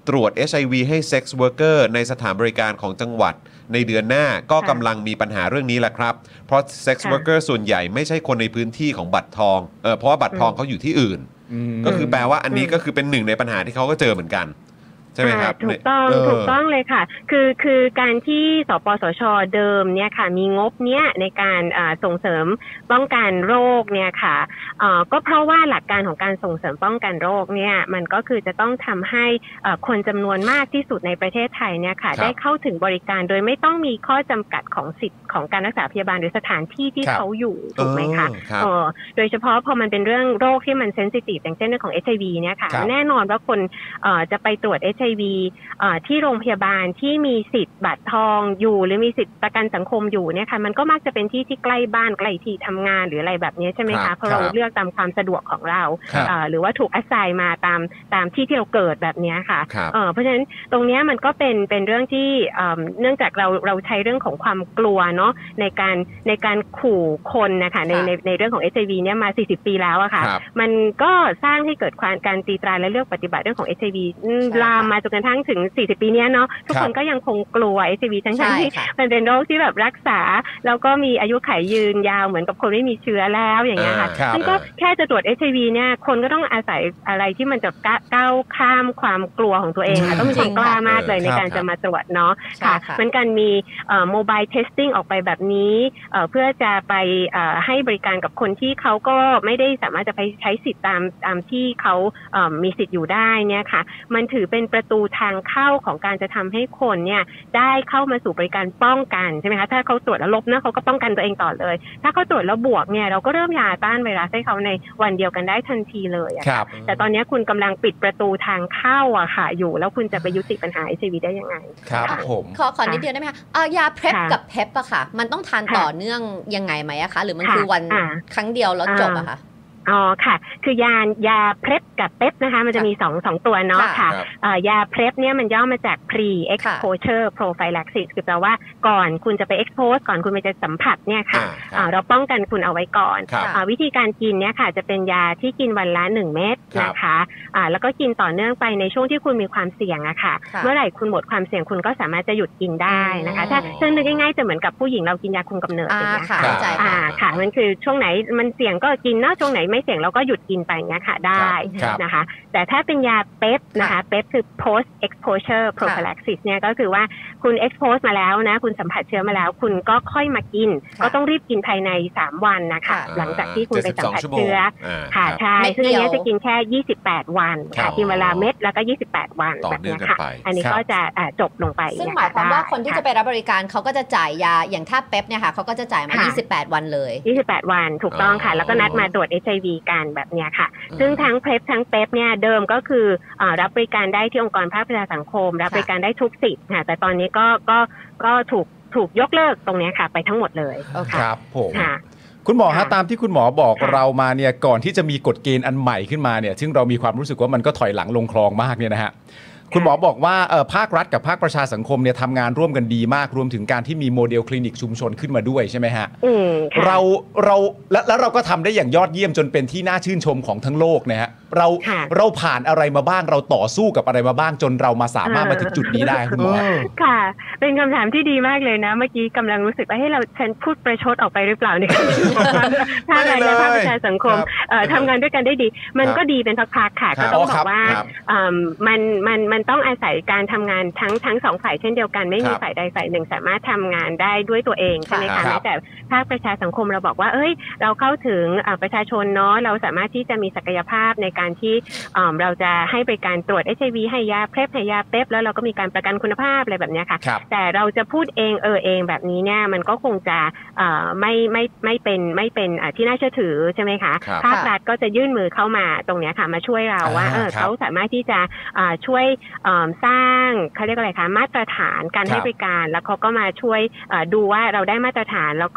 ตรวจ HIV ให้เซ็กซ์เวิร์กเกอร์ในสถานบริการของจังหวัดในเดือนหน้าก็กำลังมีปัญหาเรื่องนี้แหละครับเพราะเซ็กซ์เวิร์กเกอร์ส่วนใหญ่ไม่ใช่คนในพื้นที่ของบัตรทองเพราะว่าบัตรทองเขาอยู่ที่อื่นก็คือแปลว่าอันนี้ก็คือเป็นหนึ่งในปัญหาที่เขาก็เจอเหมือนกันใช่ไหมครับถูกต้องเลยค่ะคือการที่สปสช.เดิมเนี่ยค่ะมีงบเนี้ยในการส่งเสริมป้องกันโรคเนี่ยค่ะก็เพราะว่าหลักการของการส่งเสริมป้องกันโรคเนี่ยมันก็คือจะต้องทำให้คนจำนวนมากที่สุดในประเทศไทยเนี่ยค่ะได้เข้าถึงบริการโดยไม่ต้องมีข้อจำกัดของสิทธิ์ของการรักษาพยาบาลหรือสถานที่ที่เขาอยู่ถูกไหมคะโดยเฉพาะพอมันเป็นเรื่องโรคที่มันเซนซิทีฟอย่างเช่นเรื่องของ HIV เนี่ยค่ะแน่นอนว่าคนจะไปตรวจ HIV ที่โรงพยาบาลที่มีสิทธิ์บัตรทองอยู่หรือมีสิทธิ์ประกันสังคมอยู่เนี่ยค่ะมันก็มักจะเป็นที่ที่ใกล้บ้านใกล้ที่ทำงานหรืออะไรแบบนี้ใช่ไหมคะเพราะเราเลือกตามความสะดวกของเราหรือว่าถูกอัสไซน์มาตามที่เราเกิดแบบนี้ค่ะเพราะฉะนั้นตรงนี้มันก็เป็นเรื่องที่เนื่องจากเราใช้เรื่องของความกลัวเนาะในการขู่คนนะคะในเรื่องของ HIV เนี่ยมา40 ปีแล้วอะค่ะมันก็สร้างให้เกิดการตีตราและเลือกปฏิบัติเรื่องของ HIV ลามมาจนกระทั่งถึง40 ปีนี้เนาะทุกคนก็ยังคงกลัว HIV ทั้งที่มันเป็นโรคที่แบบรักษาแล้วก็มีอายุขัยยืนยาวเหมือนกับคนไม่มีเชื้อแล้วอย่างเงี้ยค่ะซึ่งก็แค่จะตรวจ HIV เนี่ยคนก็ต้องอาศัยอะไรที่มันจะก้าวข้ามความกลัวของตัวเองค่ะต้องมีความกล้ามากเลยในการจะมาตรวจเนาะค่ะมันการมีโมบายเทสติ้งออกไปแบบนี้เพื่อจะไปให้บริการกับคนที่เขาก็ไม่ได้สามารถจะไปใช้สิทธิ์ตามที่เขามีสิทธิ์อยู่ได้เนี่ยค่ะมันถือเป็นประตูทางเข้าของการจะทำให้คนเนี่ยได้เข้ามาสู่บริการป้องกันใช่ไหมคะถ้าเขาตรวจแล้วลบนะเขาก็ป้องกันตัวเองต่อเลยถ้าเขาตรวจแล้วบวกเนี่ยเราก็เริ่มยาต้านไวรัสให้เขาในวันเดียวกันได้ทันทีเลยอะค่ะแต่ตอนนี้คุณกำลังปิดประตูทางเข้าอะค่ะอยู่แล้วคุณจะไปยุติปัญหา HIV ได้ยังไงครับผมขอนิดเดียวได้ไหมคะยาเพรปกับเพปอะค่ะมันต้องทานต่อเนื่องยังไงไหมอะคะหรือมันคือวันครั้งเดียวแล้วจบอะคะอ๋อค่ะคือยาเพล็บกับเป๊ปนะคะมันจะมี2ตัวเนาะค่ะยาเพล็บเนี่ยมันย่อมาจาก pre exposure prophylaxis คือแปลว่าก่อนคุณจะไป expose ก่อนคุณจะสัมผัสเนี่ยค่ะเราป้องกันคุณเอาไว้ก่อนวิธีการกินเนี่ยค่ะจะเป็นยาที่กินวันละ1 เม็ดนะคะแล้วก็กินต่อเนื่องไปในช่วงที่คุณมีความเสี่ยงอะค่ะเมื่อไหร่คุณหมดความเสี่ยงคุณก็สามารถจะหยุดกินได้นะคะถ้านึกง่ายๆจะเหมือนกับผู้หญิงเรากินยาคุมกำเนิดอย่างเงี้ยค่ะค่ะมันคือช่วงไหนมันเสี่ยงก็กินเนาะช่วงไหนไม่เสี่ยงเราก็หยุดกินไปเงี้ยค่ะได้นะคะแต่ถ้าเป็นยาเป๊ปนะคะเป๊ปคือ post exposure prophylaxis เนี่ยก็คือว่าคุณ expose มาแล้วนะคุณสัมผัสเชื้อมาแล้วคุณก็ค่อยมากินก็ต้องรีบกินภายใน3 วันนะคะหลังจากที่คุณไปสัมผัสเชื้อค่ะใช่ซึ่งอันนี้จะกินแค่28 วันค่ะกินเวลาเม็ดแล้วก็28 วันแบบนี้ค่ะอันนี้ก็จะจบลงไปซึ่งหมายความว่าคนที่จะไปรับบริการเขาก็จะจ่ายยาอย่างถ้าเป๊ปเนี่ยค่ะเขาก็จะจ่ายมา28 วันเลย 28 วันถูกต้องค่ะแล้วก็นัดมาตรวจ HIV กันแบบนี้ค่ะซึ่งทั้งเพปทั้งเป๊ปเนี่ยเดิมก็คือรับบริการได้ที่องค์กรภาคประชาสังคมรับบริการได้ทุกสิทธิ์ค่ะแต่ตอนนี้ก็ถูกยกเลิกตรงนี้ค่ะไปทั้งหมดเลยครับผมคุณหมอฮะตามที่คุณหมอบอกเรามาเนี่ยก่อนที่จะมีกฎเกณฑ์อันใหม่ขึ้นมาเนี่ยซึ่งเรามีความรู้สึกว่ามันก็ถอยหลังลงคลองมากเนี่ยนะฮะคุณหมอบอกว่าภาครัฐกับภาคประชาสังคมเนี่ยทำงานร่วมกันดีมากรวมถึงการที่มีโมเดลคลินิกชุมชนขึ้นมาด้วยใช่ไหมฮะแล้วเราก็ทำได้อย่างยอดเยี่ยมจนเป็นที่น่าชื่นชมของทั้งโลกนะฮะเราผ่านอะไรมาบ้างเราต่อสู้กับอะไรมาบ้างจนเรามาสามารถมาถึงจุดนี้ได้คุณหมอค่ะเป็นคำถามที่ดีมากเลยนะเมื่อกี้กำลังรู้สึกว่าให้เราฉันพูดประชดออกไปหรือเปล่าเนี่ยภาครัฐและภาคประชาสังคมทำงานด้วยกันได้ดีมันก็ดีเป็นพักๆค่ะก็ต้องบอกว่ามันต้องอาศัยการทำงานทั้ง2 ฝ่ายเช่นเดียวกันไม่มีฝ่ายใดฝ่ายหนึ่งสามารถทำงานได้ด้วยตัวเองใช่ไหมคะแม้แต่ภาคประชาสังคมเราบอกว่าเราเข้าถึงประชาชนเนาะเราสามารถที่จะมีศักยภาพในการที่เราจะให้บริการตรวจ HIV ให้ยาเพล็บให้ยาเป๊ปแล้วเราก็มีการประกันคุณภาพอะไรแบบนี้ค่ะแต่เราจะพูดเองแบบนี้เนี่ยมันก็คงจะไม่เป็นที่น่าเชื่อถือใช่ไหมคะภาครัฐก็จะยื่นมือเข้ามาตรงนี้ค่ะมาช่วยเราว่าเขาสามารถที่จะช่วยสร้างเขาเรียกอะไรคะมาตรฐานการให้บริการแล้วเขาก็มาช่วยดูว่าเราได้มาตรฐานแล้วก็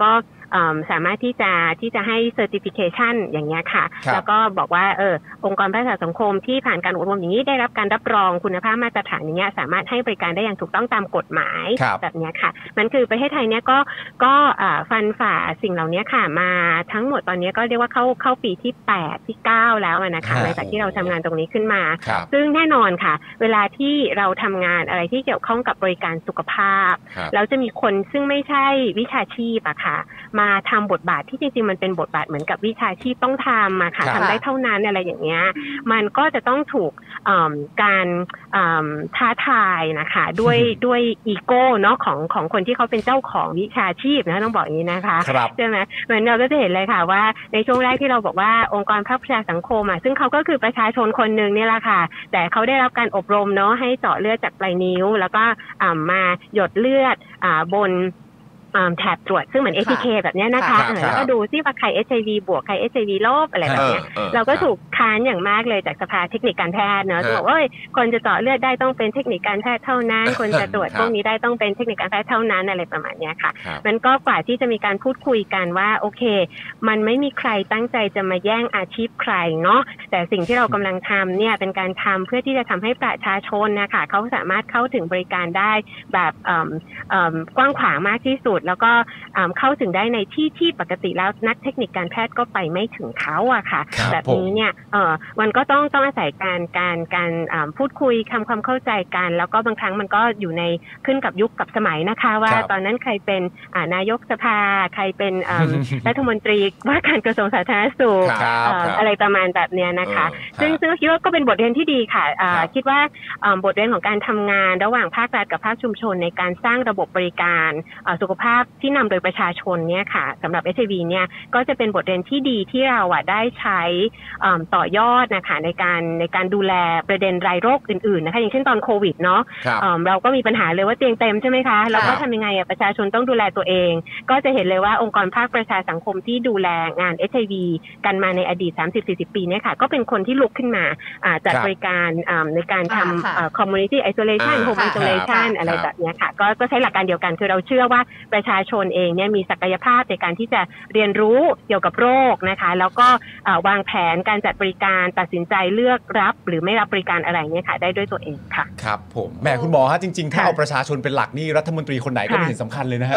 สามารถที่จะให้ certification อย่างเงี้ยค่ะแล้วก็บอกว่าองค์กรพัฒนาสังคมที่ผ่านการอบรมอย่างนี้ได้รับการรับรองคุณภาพมาตรฐานอย่างเงี้ยสามารถให้บริการได้อย่างถูกต้องตามกฎหมายแบบนี้ค่ะมันคือประเทศไทยเนี่ยก็ฟันฝ่าสิ่งเหล่านี้ค่ะมาทั้งหมดตอนนี้ก็เรียกว่าเข้าปีที่8ที่9แล้วนะคะหลังจากที่เราทำงานตรงนี้ขึ้นมาซึ่งแน่นอนค่ะเวลาที่เราทำงานอะไรที่เกี่ยวข้องกับบริการสุขภาพแล้วจะมีคนซึ่งไม่ใช่วิชาชีพอะค่ะมาทำบทบาทที่จริงๆมันเป็นบทบาทเหมือนกับวิชาชีพต้องทำอะค่ะทำได้เท่านั้นอะไรอย่างเงี้ยมันก็จะต้องถูกการท้าทายนะคะด้วยอีโก้เนาะของคนที่เขาเป็นเจ้าของวิชาชีพนะต้องบอกอย่างนี้นะคะใช่ไหมเหมือนเราก็จะเห็นเลยค่ะว่าในช่วงแรกที่เราบอกว่าองค์กรภาคประชาสังคมซึ่งเขาก็คือประชาชนคนหนึ่งนี่แหละค่ะแต่เขาได้รับการอบรมเนาะให้เจาะเลือดจากปลายนิ้วแล้วก็มาหยดเลือดบนแถบตรวจซึ่งเหมือน ATK แบบนี้นะคะแล้วก็ดูซิว่าใคร HIV บวกใคร HIV ลบอะไรแบบนี้เราก็ถูกค้านอย่างมากเลยจากสภาเทคนิคการแพทย์เนอะบอกว่าคนจะเจาะเลือดได้ต้องเป็นเทคนิคการแพทย์เท่านั้นคนจะตรวจพวกนี้ได้ต้องเป็นเทคนิคการแพทย์เท่านั้นอะไรประมาณนี้ค่ะมันก็กว่าที่จะมีการพูดคุยกันว่าโอเคมันไม่มีใครตั้งใจจะมาแย่งอาชีพใครเนาะแต่สิ่งที่เรากำลังทำเนี่ยเป็นการทำเพื่อที่จะทำให้ประชาชนนะคะเขาสามารถเข้าถึงบริการได้แบบกว้างขวางมากที่สุดแล้วก็เข้าถึงได้ในที่ปกติแล้วนักเทคนิคการแพทย์ก็ไปไม่ถึงเขาอะค่ะแบบนี้เนี่ยมันก็ต้องอาศัยการพูดคุยทำความเข้าใจกันแล้วก็บางครั้งมันก็อยู่ในขึ้นกับยุคกับสมัยนะคะว่าตอนนั้นใครเป็นนายกสภาใครเป็นรัฐมนตรีว่าการกระทรวงสาธารณสุขอะไรประมาณแบบนี้นะคะซึ่งคิดว่าก็เป็นบทเรียนที่ดีค่ะคิดว่าบทเรียนของการทำงานระหว่างภาครัฐกับภาคชุมชนในการสร้างระบบบริการสุขภาพที่นำโดยประชาชนเนี่ยค่ะสำหรับ HIV เนี่ยก็จะเป็นบทเรียนที่ดีที่เราได้ใช้ต่อยอดนะคะในการดูแลประเด็นรายโรคอื่นๆนะคะอย่างเช่นตอนโควิดเนาะเราก็มีปัญหาเลยว่าเตียงเต็มใช่ไหมคะเราก็ทำยังไงประชาชนต้องดูแลตัวเองก็จะเห็นเลยว่าองค์กรภาคประชาสังคมที่ดูแลงาน HIV กันมาในอดีต 30-40 ปีเนี่ยค่ะก็เป็นคนที่ลุกขึ้นมาจัดบริการในการทำcommunity isolation home isolation อะไรแบบนี้ค่ะก็ใช้หลักการเดียวกันคือเราเชื่อว่าประชาชนเองเนี่ยมีศักยภาพในการที่จะเรียนรู้เกี่ยวกับโรคนะคะแล้วก็วางแผนการจัดบริการตัดสินใจเลือกรับหรือไม่รับบริการอะไรเนี่ยค่ะได้ด้วยตัวเองค่ะครับผมแหมคุณหมอฮะจริงๆถ้าเอาประชาชนเป็นหลักนี่รัฐมนตรีคนไหนก็ไม่เห็นสำคัญเลยนะฮะ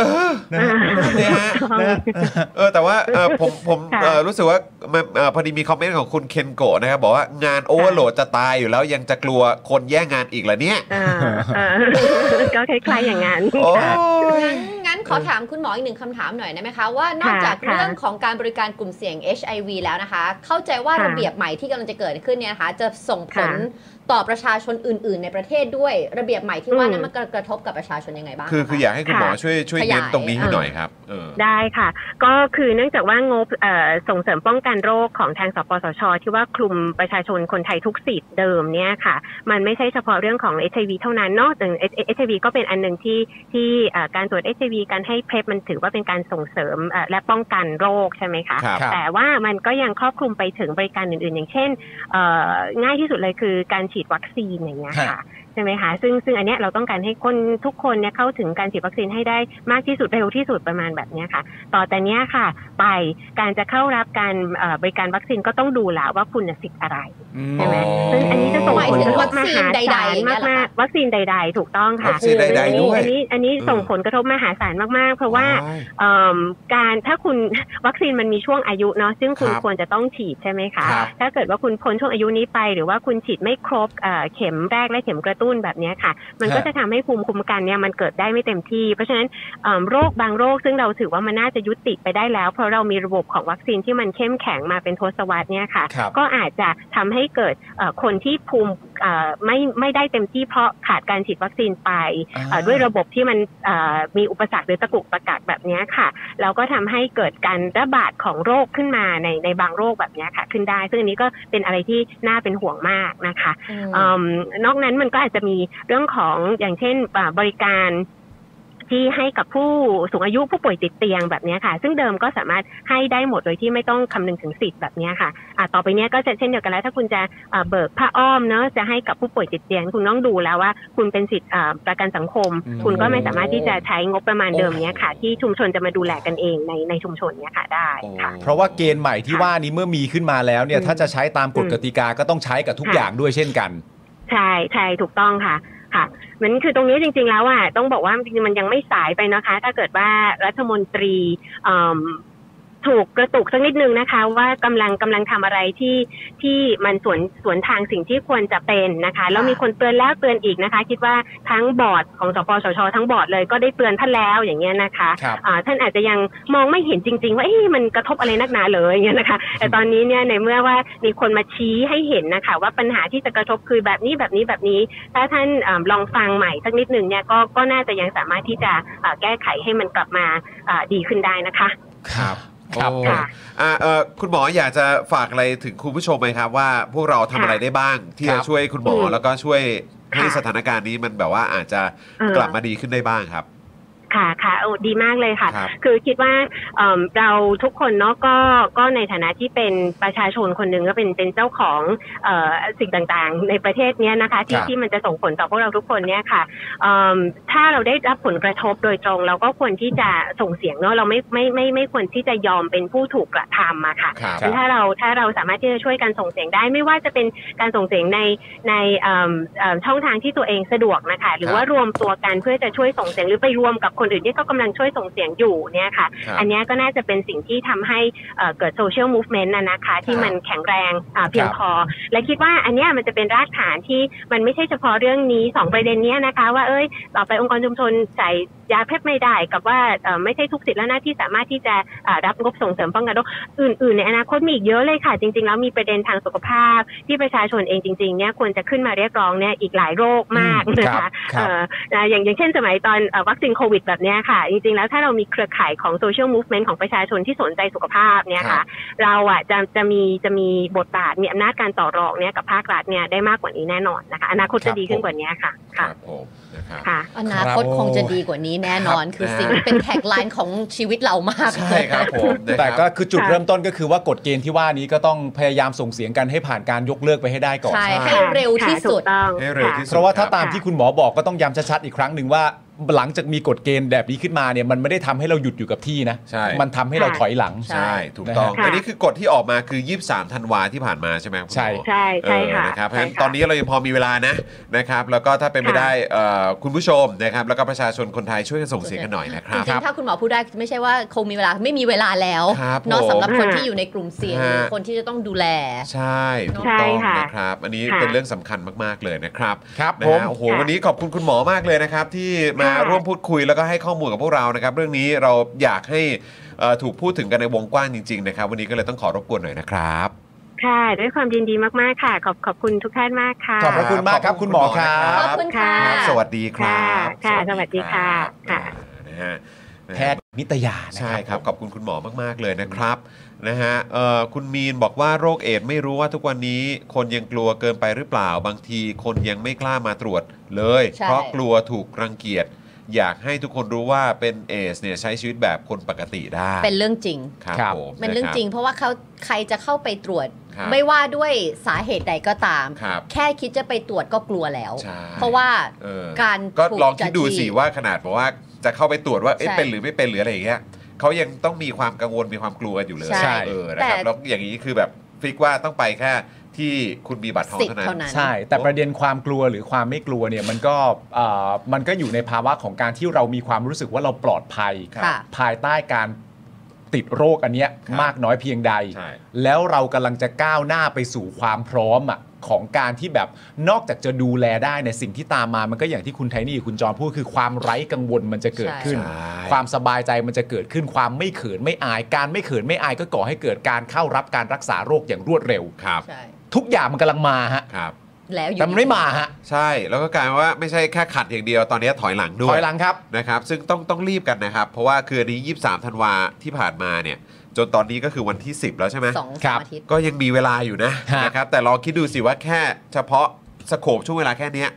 แต่ว่าผมรู้สึกว่าพอดีมีคอมเมนต์ของคุณเคนโกะนะครับบอกว่างานโอเวอร์โหลดจะตายอยู่แล้วยังจะกลัวคนแย่งงานอีกเหรอเนี่ยก็คล้ายๆอย่างนั้นงั้นขอถามคุณหมออีกหนึ่งคำถามหน่อยได้ไหมคะว่านอกจากเรื่องของการบริการกลุ่มเสี่ยง HIV แล้วนะคะเข้าใจว่าระเบียบใหม่ที่กำลังจะเกิดขึ้นเนี่ยนะคะจะส่งผลต่อประชาชนอื่นๆในประเทศด้วยระเบียบใหม่ที่ว่านั้นมันกระทบกับประชาชนยังไงบ้างคืออยากให้คุณหมอช่วยเน้นตรงนี้ให้หน่อยครับได้ค่ะก็คือเนื่องจากว่างบส่งเสริมป้องกันโรคของทางสปสช.ที่ว่าคลุมประชาชนคนไทยทุกสิทธิ์เดิมเนี่ยค่ะมันไม่ใช่เฉพาะเรื่องของ HIV เท่านั้นเนาะแต่ HIV ก็เป็นอันนึงที่การตรวจ HIV การให้PrEPมันถือว่าเป็นการส่งเสริมและป้องกันโรคใช่ไหมคะแต่ว่ามันก็ยังครอบคลุมไปถึงบริการอื่นๆอย่างเช่นง่ายที่สุดเลยคือการฉีดวัคซีนอย่างเงี้ยค่ะใช่ไหมคะซึ่งอันเนี้ยเราต้องการให้คนทุกคนเนี่ยเข้าถึงการฉีดวัคซีนให้ได้มากที่สุดเร็วที่สุดประมาณแบบนี้ค่ะต่อแต่เนี้ยค่ะไปการจะเข้ารับการบริการวัคซีนก็ต้องดูแลว่าคุณสิทธิ์อะไรใช่ไหมซึ่งอันนี้จะส่งผลกระทบมหาศาลมากๆวัคซีนใดๆถูกต้องค่ะวัคซีนใดๆด้วยอันนี้ส่งผลกระทบมหาศาลมากๆเพราะว่าการถ้าคุณวัคซีนมันมีช่วงอายุเนาะซึ่งคุณควรจะต้องฉีดใช่ไหมคะถ้าเกิดว่าคุณพ้นช่วงอายุนี้ไปหรือว่าคุณฉีดไม่ครบเข็มแรกและเข็มกระตุ้นแบบนี้ค่ะมันก็จะทำให้ภูมิคุ้มกันเนี่ยมันเกิดได้ไม่เต็มที่เพราะฉะนั้นโรคบางโรคซึ่งเราถือว่ามันน่าจะยุติไปได้แล้วเพราะเรามีระบบของวัคซีนที่มันเข้มแข็งมาเป็นทศวรรษเนี่ยค่ะก็อาจจะทำให้เกิดคนที่ภูมิไม่ได้เต็มที่เพราะขาดการฉีดวัคซีนไปด้วยระบบที่มันมีอุปสรรคหรือตะกุกตะกักแบบนี้ค่ะแล้วก็ทำให้เกิดการระบาดของโรคขึ้นมาในบางโรคแบบนี้ค่ะขึ้นได้ซึ่งอันนี้ก็เป็นอะไรที่น่าเป็นห่วงมากนะคะนอกนั้นมันก็อาจจะมีเรื่องของอย่างเช่นบริการที่ให้กับผู้สูงอายุผู้ป่วยติดเตียงแบบนี้ค่ะซึ่งเดิมก็สามารถให้ได้หมดโดยที่ไม่ต้องคำนึงถึงสิทธิ์แบบนี้ค่ะต่อไปนี้ก็จะเช่นเดียวกันแล้วถ้าคุณจะเบิกผ้าอ้อมเนอะจะให้กับผู้ป่วยติดเตียงคุณต้องดูแล้วว่าคุณเป็นสิทธิ์ประกันสังคมคุณก็ไม่สามารถที่จะใช้งบประมาณเดิมนี้ค่ะที่ชุมชนจะมาดูแลกันเองในชุมชนเนี้ยค่ะได้ค่ะเพราะว่าเกณฑ์ใหม่ที่ว่านี้เมื่อมีขึ้นมาแล้วเนี่ยถ้าจะใช้ตามกฎกติกาก็ต้องใช้กับทุกอย่างด้วยเช่นกันใช่ถูกต้องค่ะมันคือตรงนี้จริงๆแล้วต้องบอกว่าจริงๆมันยังไม่สายไปนะคะถ้าเกิดว่ารัฐมนตรีถูกกระตุกสักนิดนึงนะคะว่ากำลังทำอะไรที่มันสวนทางสิ่งที่ควรจะเป็นนะคะแล้วมีคนเตือนแล้วเตือนอีกนะคะคิดว่าทั้งบอร์ดของสปสช.ทั้งบอร์ดเลยก็ได้เตือนท่านแล้วอย่างเงี้ยนะคะท่านอาจจะยังมองไม่เห็นจริงๆว่ามันกระทบอะไรนักหนาเลยอย่างเงี้ยนะคะแต่ตอนนี้เนี่ยในเมื่อว่ามีคนมาชี้ให้เห็นนะคะว่าปัญหาที่จะกระทบคือแบบนี้ถ้าท่านลองฟังใหม่สักนิดนึงเนี่ยก็น่าจะยังสามารถที่จะแก้ไขให้มันกลับมาดีขึ้นได้นะคะครับคุณหมออยากจะฝากอะไรถึงคุณผู้ชมไหมครับว่าพวกเราทำอะไรได้บ้างที่จะช่วยคุณหมอแล้วก็ช่วยให้สถานการณ์นี้มันแบบว่าอาจจะกลับมาดีขึ้นได้บ้างครับค่ะดีมากเลยค่ะคือคิดว่าเราทุกคนเนาะก็ในฐานะที่เป็นประชาชนคนหนึ่งก็เป็นเจ้าของสิ่งต่างๆในประเทศนี้นะคะที่มันจะส่งผลต่อพวกเราทุกคนเนี่ยค่ะถ้าเราได้รับผลกระทบโดยตรงเราก็ควรที่จะส่งเสียงเนาะเราไม่ควรที่จะยอมเป็นผู้ถูกกระทำอะค่ะถ้าเราสามารถที่จะช่วยกันส่งเสียงได้ไม่ว่าจะเป็นการส่งเสียงในช่องทางที่ตัวเองสะดวกนะคะหรือว่ารวมตัวกันเพื่อจะช่วยส่งเสียงหรือไปรวมกับคนอื่นที่เขากำลังช่วยส่งเสียงอยู่เนี่ยค่ะอันนี้ก็น่าจะเป็นสิ่งที่ทำให้เกิดโซเชียลมูฟเมนต์นะคะที่มันแข็งแรงเพียงพอและคิดว่าอันนี้มันจะเป็นรากฐานที่มันไม่ใช่เฉพาะเรื่องนี้2ประเด็นนี้นะคะว่าต่อไปองค์กรชุมชนใส่ยาเพศไม่ได้กับว่าไม่ใช่ทุกสิทธิและหน้าที่สามารถที่จะรับงบส่งเสริมป้องกันโรคอื่นๆในอนาคตมีอีกเยอะเลยค่ะจริงๆแล้วมีประเด็นทางสุขภาพที่ประชาชนเองจริงๆเนี่ยควรจะขึ้นมาเรียกร้องเนี่ยอีกหลายโรคมากนะคะอย่างเช่นสมัยตอนวัคซีนโควิดแบบนี้ค่ะจริงๆแล้วถ้าเรามีเครือข่ายของโซเชียลมูฟเมนต์ของประชาชนที่สนใจสุขภาพเนี่ยค่ะเราจะมีบทบาทมีอำนาจการต่อรองเนี่ยกับภาครัฐเนี่ยได้มากกว่านี้แน่นอนนะคะอนาคตจะดีขึ้นกว่านี้ค่ะครับผมนะครับอนาคตคงจะดีกว่านี้แน่นอนคือสิ่งเป็นแท็กไลน์ของชีวิตเรามากใช่ครับผมแต่ก็คือจุดเริ่มต้นก็คือว่ากฎเกณฑ์ที่ว่านี้ก็ต้องพยายามส่งเสียงกันให้ผ่านการยกเลิกไปให้ได้ก่อนใช่ให้เร็วที่สุดเพราะว่าถ้าตามที่คุณหมอบอกก็ต้องย้ำชัดๆอีกครั้งหนึ่งว่าหลังจากมีกฎเกณฑ์แบบนี้ขึ้นมาเนี่ยมันไม่ได้ทำให้เราหยุดอยู่กับที่นะมันทำให้เราถอยหลังใช่ถูกต้องอันนี้คือกฎที่ออกมาคือ23ธันวาที่ผ่านมาใช่ไหมใช่ค่ะนะครับเพราะฉะนั้นตอนนี้เรายังพอมีเวลานะครับแล้วก็ถ้าเป็นไปได้คุณผู้ชมนะครับแล้วก็ประชาชนคนไทยช่วยกันส่งเสียงกันหน่อยนะครับจริงๆถ้าคุณหมอพูดได้ไม่ใช่ว่าคงมีเวลาไม่มีเวลาแล้วเนาะสำหรับคนที่อยู่ในกลุ่มเสี่ยงหรือคนที่จะต้องดูแลใช่ถูกต้องนะครับอันนี้เป็นเรื่องสำคัญมากๆเลยนะครับครับผมโอ้โหวันนี้ขอบคุณคุณหมอมากเลยนะครับที่มาร่วมพูดคุยแล้วก็ให้ข้อมูลกับพวกเรานะครับเรื่องนี้เราอยากให้ถูกพูดถึงกันในวงกว้างจริงๆนะครับวันนี้ก็เลยต้องขอรบกวนหน่อยนะครับค่ะด้วยความยินดีมากๆค่ะขอบคุณทุกท่านมากค่ะขอบพระคุณมากครับคุณหมอครับขอบคุณค่ะสวัสดีครับค่ะสวัสดีค่ะนะฮะแพทย์นิตยาใช่ครับขอบคุณคุณหมอมากๆเลยนะครับนะฮะคุณมีนบอกว่าโรคเอดส์ไม่รู้ว่าทุกวันนี้คนยังกลัวเกินไปหรือเปล่าบางทีคนยังไม่กล้ามาตรวจเลยเพราะกลัวถูกรังเกียจอยากให้ทุกคนรู้ว่าเป็นเอดส์เนี่ยใช้ชีวิตแบบคนปกติได้เป็นเรื่องจริงครับผมเป็นเรื่องจริงเพราะว่าใครจะเข้าไปตรวจไม่ว่าด้วยสาเหตุใดก็ตามแค่คิดจะไปตรวจก็กลัวแล้วเพราะว่าการก็ลองคิดดูสิว่าขนาดบอกว่าจะเข้าไปตรวจว่าเป็นหรือไม่เป็นหรืออะไรอย่างเงี้ยเขายังต้องมีความกังวลมีความกลัวกันอยู่เลยนะครับแล้วอย่างนี้คือแบบฟิกว่าต้องไปแค่ที่คุณมีบัตรทองเท่านั้นใช่แต่ประเด็นความกลัวหรือความไม่กลัวเนี่ยมันก็อยู่ในภาวะของการที่เรามีความรู้สึกว่าเราปลอดภัยภายใต้การติดโรคอันเนี้ยมากน้อยเพียงใดแล้วเรากำลังจะก้าวหน้าไปสู่ความพร้อมของการที่แบบนอกจากจะดูแลได้ในสิ่งที่ตามมามันก็อย่างที่คุณไทนี่คุณจอมพูดคือความไร้กังวลมันจะเกิดขึ้นความสบายใจมันจะเกิดขึ้นความไม่เขินไม่อายการไม่เขินไม่อายก็ก่อให้เกิดการเข้ารับการรักษาโรคอย่างรวดเร็วทุกอย่างมันกำลังมาฮะแต่มันไม่มาฮะใช่แล้วก็กลายเป็นว่าไม่ใช่แค่ขัดอย่างเดียวตอนนี้ถอยหลังด้วยถอยหลังครับนะครับซึ่งต้องรีบกันนะครับเพราะว่าคืออันนี้23ธันวาที่ผ่านมาเนี่ยจนตอนนี้ก็คือวันที่10แล้วใช่ไหมครับก็ยังมีเวลาอยู่นะครับแต่ลองคิดดูสิว่าแค่เฉพาะสโคปช่วงเวลาแค่นี้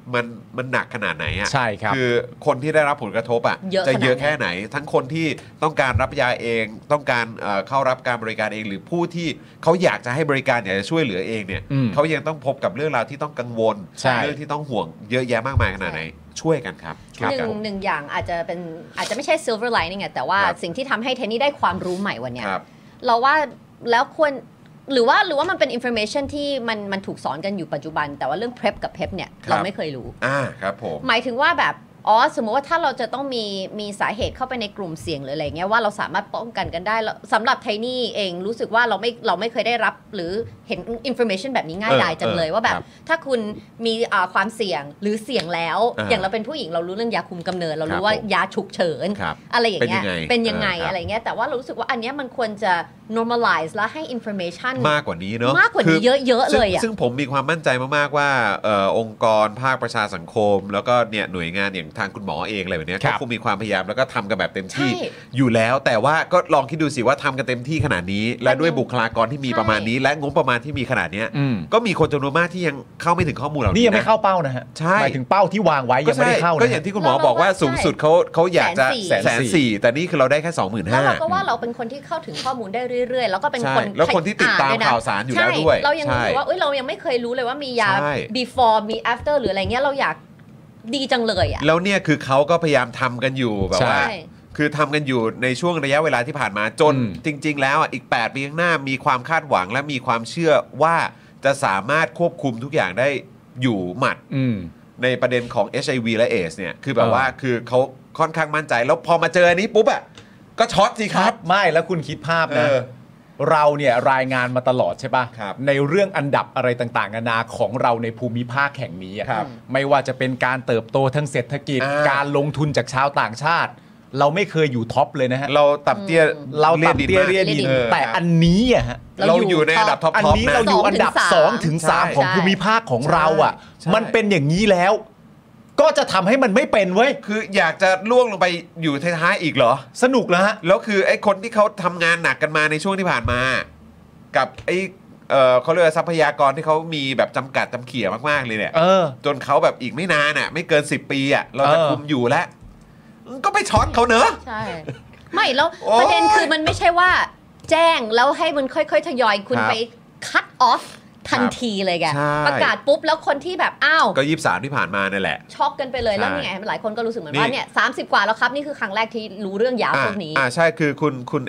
มันหนักขนาดไหนอ่ะใช่ครับคือคนที่ได้รับผลกระทบอ่ะจะเยอะแค่ไหนทั้งคนที่ต้องการรับยาเองต้องการเข้ารับการบริการเองหรือผู้ที่เขาอยากจะให้บริการอยากจะช่วยเหลือเองเนี่ยเขายังต้องพบกับเรื่องราวที่ต้องกังวลเรื่องที่ต้องห่วงเยอะแยะมากมายขนาดไหนช่วยกันครับหนึ่งอย่างอาจจะไม่ใช่ silver lining แต่ว่าสิ่งที่ทำให้เทนนี่ได้ความรู้ใหม่วันนี้เราว่าแล้วควรหรือว่ามันเป็น information ที่มันถูกสอนกันอยู่ปัจจุบันแต่ว่าเรื่อง prep กับ pep เนี่ยเราไม่เคยรู้ครับผมหมายถึงว่าแบบสมมติว่าถ้าเราจะต้องมีสาเหตุเข้าไปในกลุ่มเสี่ยงหรืออะไรเงี้ยว่าเราสามารถป้องกันกันได้สำหรับไทนี่เองรู้สึกว่าเราไม่เคยได้รับหรือเห็น information แบบนี้ง่ายดายจังเลยว่าแบบถ้าคุณมีความเสี่ยงหรือเสี่ยงแล้วอย่างเราเป็นผู้หญิงเรารู้เรื่องยาคุมกำเนิดเรารู้ว่ายาฉุกเฉินอะไรอย่างเงี้ยเป็นยังไงอะไรเงี้ยแต่ว่าเรารู้สึกว่าอันเนี้ยมันควรจะ normalize และให้ information มากกว่านี้เนาะมากกว่านี้เยอะๆเลยซึ่งผมมีความมั่นใจมากๆว่าองค์กรภาคประชาสังคมแล้วก็เนี่ยหน่วยงานอย่างทางคุณหมอเองอะไรแบบนี้ก็คงมีความพยายามแล้วก็ทำกันแบบเต็มที่อยู่แล้วแต่ว่าก็ลองคิดดูสิว่าทำกันเต็มที่ขนาดนี้และด้วยบุคลากรที่มีประมาณนี้และงบประมาณที่มีขนาดนี้ก็มีคนจำนวนมากที่ยังเข้าไม่ถึงข้อมูลเหล่านี้นี่ยังไม่เข้าเป้านะฮะหมายถึงเป้าที่วางไว้ยังไม่ได้เข้าก็อย่างที่คุณหมอบอกว่าสูงสุดเขาอยากจะ140,000แต่นี่คือเราได้แค่ 25,000 แล้วเราก็ว่าเราเป็นคนที่เข้าถึงข้อมูลได้เรื่อยๆแล้วก็เป็นคนแล้วคนที่ติดตามข่าวสารอยู่แล้วด้วยเรายังรู้สึกว่าเรายังไม่เคยรู้เลยว่ามียา before มี after หรืออะไรเงี้ยเราอยากดีจังเลยอ่ะแล้วเนี่ยคือเขาก็พยายามทำกันอยู่แบบว่าคือทำกันอยู่ในช่วงระยะเวลาที่ผ่านมาจนจริงๆแล้วอีก8ปีข้างหน้ามีความคาดหวังและมีความเชื่อว่าจะสามารถควบคุมทุกอย่างได้อยู่หมัดในประเด็นของ HIV และ AIDS เนี่ยคือแบบว่าคือเขาค่อนข้างมั่นใจแล้วพอมาเจออันนี้ปุ๊บอ่ะก็ช็อตสิครับไม่แล้วคุณคิดภาพนะเราเนี่ยรายงานมาตลอดใช่ป่ะในเรื่องอันดับอะไรต่างๆนานาของเราในภูมิภาคแห่งนี้ไม่ว่าจะเป็นการเติบโตทางเศรษฐกิจการลงทุนจากชาวต่างชาติเราไม่เคยอยู่ท็อปเลยนะฮะเราต่ำเตี้ยเราต่ำเตี้ยเรียดินแต่อันนี้อ่ะฮะเราอยู่ในอันดับท็อปอันนี้เราอยู่อันดับ2 ถึง 3ของภูมิภาคของเราอ่ะมันเป็นอย่างนี้แล้วก็จะทำให้มันไม่เป็นเว้ยคืออยากจะล่วงลงไปอยู่ท้ายๆอีกเหรอสนุกแล้วฮะแล้วคือไอ้คนที่เขาทำงานหนักกันมาในช่วงที่ผ่านมากับไอ้เขาเรียกว่าทรัพยากรที่เขามีแบบจำกัดจำเขี่ยมากๆเลยเนี่ยจนเขาแบบอีกไม่นานอ่ะไม่เกิน10 ปีอ่ะเราจะคุมอยู่แล้วก็ไปช็อตเขาเนอะใช่ไม่แล้วประเด็นคือมันไม่ใช่ว่าแจ้งแล้วให้มันค่อยๆทยอยคุณไปคัตออฟทันทีเลยแกประกาศปุ๊บแล้วคนที่แบบอ้าวก็23ที่ผ่านมานั่นแหละช็อกกันไปเลยแล้วนี่ไงหลายคนก็รู้สึกเหมือนว่าเนี่ย30 กว่าแล้วครับนี่คือครั้งแรกที่รู้เรื่องยาพวกนี้ใช่คือคุณ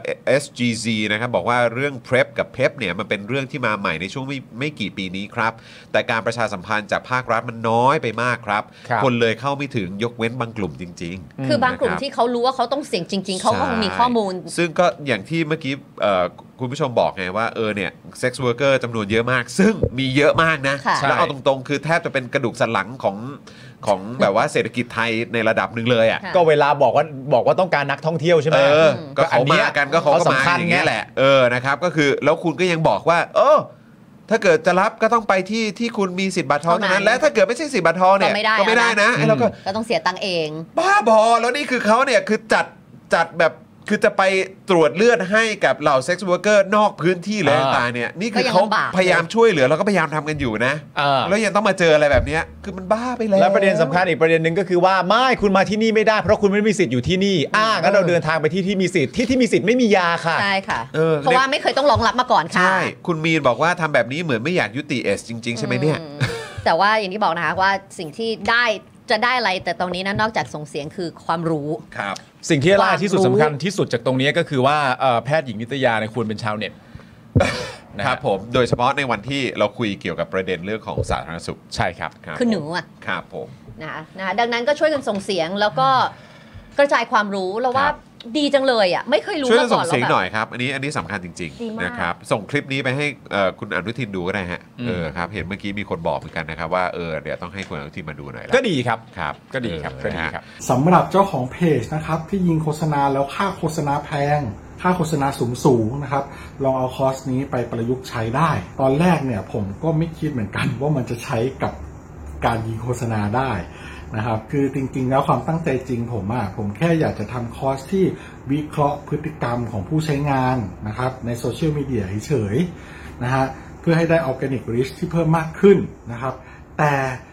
SGZ นะครับบอกว่าเรื่อง PrEP กับ PEP เนี่ยมันเป็นเรื่องที่มาใหม่ในช่วงไม่กี่ปีนี้ครับแต่การประชาสัมพันธ์จากภาครัฐมันน้อยไปมากครับคนเลยเข้าไม่ถึงยกเว้นบางกลุ่มจริงๆคือบางกลุ่มที่เขารู้ว่าเขาต้องเสี่ยงจริงๆเขาก็มีข้อมูลซึ่งก็อย่างที่เมื่อกี้คุณผู้ชมบอกไงว่าเนี่ยเซ็กซ์เวิร์กเกอร์จำนวนเยอะมากซึ่งมีเยอะมากนะแล้วเอาตรงๆคือแทบจะเป็นกระดูกสันหลังของแบบว่าเศรษฐกิจไทยในระดับหนึ่งเลยอ่ะก็เวลาบอกว่าต้องการนักท่องเที่ยวใช่ไหมก็เขามากันก็เขาก็มาอย่างเงี้ยแหละนะครับก็คือแล้วคุณก็ยังบอกว่าถ้าเกิดจะรับก็ต้องไปที่คุณมีสิทธิ์บัตรทองเท่านั้นและถ้าเกิดไม่ใช่สิทธิ์บัตรทองเนี่ยก็ไม่ได้นะเราก็ต้องเสียตังค์เองบ้าบอแล้วนี่คือเขาเนี่ยคือจัดแบบคือจะไปตรวจเลือดให้กับเหล่าเซ็กซ์เวิร์กเกอร์นอกพื้นที่เลยต่างๆเนี่ยนี่คือเขาพยายามช่วยเหลือแล้วก็พยายามทำกันอยู่นะแล้วยังต้องมาเจออะไรแบบนี้คือมันบ้าไปแล้วแล้วประเด็นสำคัญอีกประเด็นหนึ่งก็คือว่าไม่คุณมาที่นี่ไม่ได้เพราะคุณไม่มีสิทธิ์อยู่ที่นี่งั้นเราเดินทางไปที่มีสิทธิ์ที่มีสิทธิ์ไม่มียาค่ะใช่ค่ะเพราะว่าไม่เคยต้องรองรับมาก่อนค่ะใช่คุณมีนบอกว่าทำแบบนี้เหมือนไม่อยากยุติเอสจริงๆใช่ไหมเนี่ยแต่ว่าอย่างที่บอกนะคะว่าสิ่งที่จะได้อะไรแต่ตรงนี้นะนอกจากส่งเสียงคือความรู้ครับสิ่งที่ล่าที่สุดสำคัญที่สุดจากตรงนี้ก็คือว่าแพทย์หญิงนิตยาเนี่ยควรเป็นชาวเน็ตนะครับผมโดยเฉพาะในวันที่เราคุยเกี่ยวกับประเด็นเรื่องของสาธารณสุขใช่ครับคือหนูอ่ะครับผมนะคะดังนั้นก็ช่วยกันส่งเสียงแล้วก็กระจายความรู้แล้วว่าดีจังเลยอ่ะไม่เคยรู้มาก่อนช่วยส่งเสียงหน่อยครับอันนี้สำคัญจริงๆนะครับส่งคลิปนี้ไปให้คุณอนุทินดูก็ได้ฮะครับเห็นเมื่อกี้มีคนบอกเหมือนกันนะครับว่าเดี๋ยวต้องให้คุณอนุทินมาดูหน่อยก็ดีครับครับก็ดีครับสำหรับเจ้าของเพจนะครับที่ยิงโฆษณาแล้วค่าโฆษณาแพงค่าโฆษณาสูงนะครับลองเอาคอร์สนี้ไปประยุกต์ใช้ได้ตอนแรกเนี่ยผมก็ไม่คิดเหมือนกันว่ามันจะใช้กับการยิงโฆษณาได้นะครับคือจริงๆแล้วความตั้งใจจริงผมแค่อยากจะทำคอร์สที่วิเคราะห์พฤติกรรมของผู้ใช้งานนะครับในโซเชียลมีเดียเฉยๆนะฮะเพื่อให้ได้ออร์แกนิกริชที่เพิ่มมากขึ้นนะครับแต่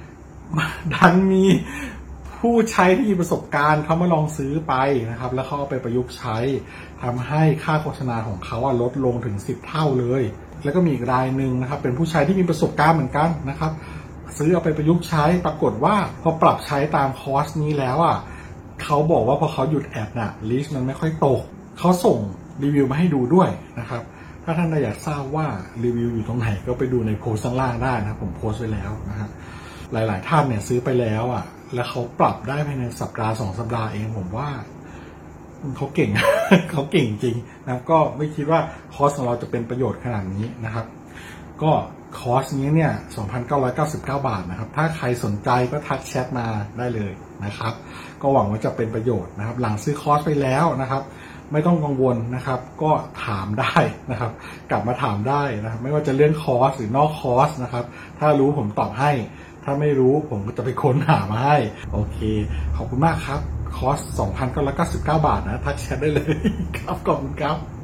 ดันมีผู้ใช้ที่มีประสบการณ์เขามาลองซื้อไปนะครับแล้วเขาเอาไปประยุกต์ใช้ทำให้ค่าโฆษณาของเขาลดลงถึง10 เท่าเลยแล้วก็มีอีกรายหนึ่งนะครับเป็นผู้ใช้ที่มีประสบการณ์เหมือนกันนะครับซื้อเอาไปประยุกต์ใช้ปรากฏว่าพอปรับใช้ตามคอร์สนี้แล้วเขาบอกว่าพอเขาหยุดแอดลิสต์มันไม่ค่อยตกเขาส่งรีวิวมาให้ดูด้วยนะครับถ้าท่านอยากทราบว่ารีวิวอยู่ตรงไหนก็ไปดูในโพสต์ข้างล่างได้นะครับผมโพสต์ไว้แล้วนะครับหลายๆท่านเนี่ยซื้อไปแล้วแล้วเขาปรับได้ภายในสัปดาห์2 สัปดาห์เองผมว่าเขาเก่ง เขาเก่งจริงนะครับก็ไม่คิดว่าคอร์สของเราจะเป็นประโยชน์ขนาดนี้นะครับก็คอร์สนี้เนี่ย 2,999 บาทนะครับถ้าใครสนใจก็ทักแชทมาได้เลยนะครับก็หวังว่าจะเป็นประโยชน์นะครับหลังซื้อคอร์สไปแล้วนะครับไม่ต้องกังวลนะครับก็ถามได้นะครับกลับมาถามได้นะครับไม่ว่าจะเรื่องคอร์สหรือนอกคอร์สนะครับถ้ารู้ผมตอบให้ถ้าไม่รู้ผมก็จะไปค้นหามาให้โอเคขอบคุณมากครับคอร์ส 2,999 บาทนะทักแชทได้เลยครับขอบคุณครับ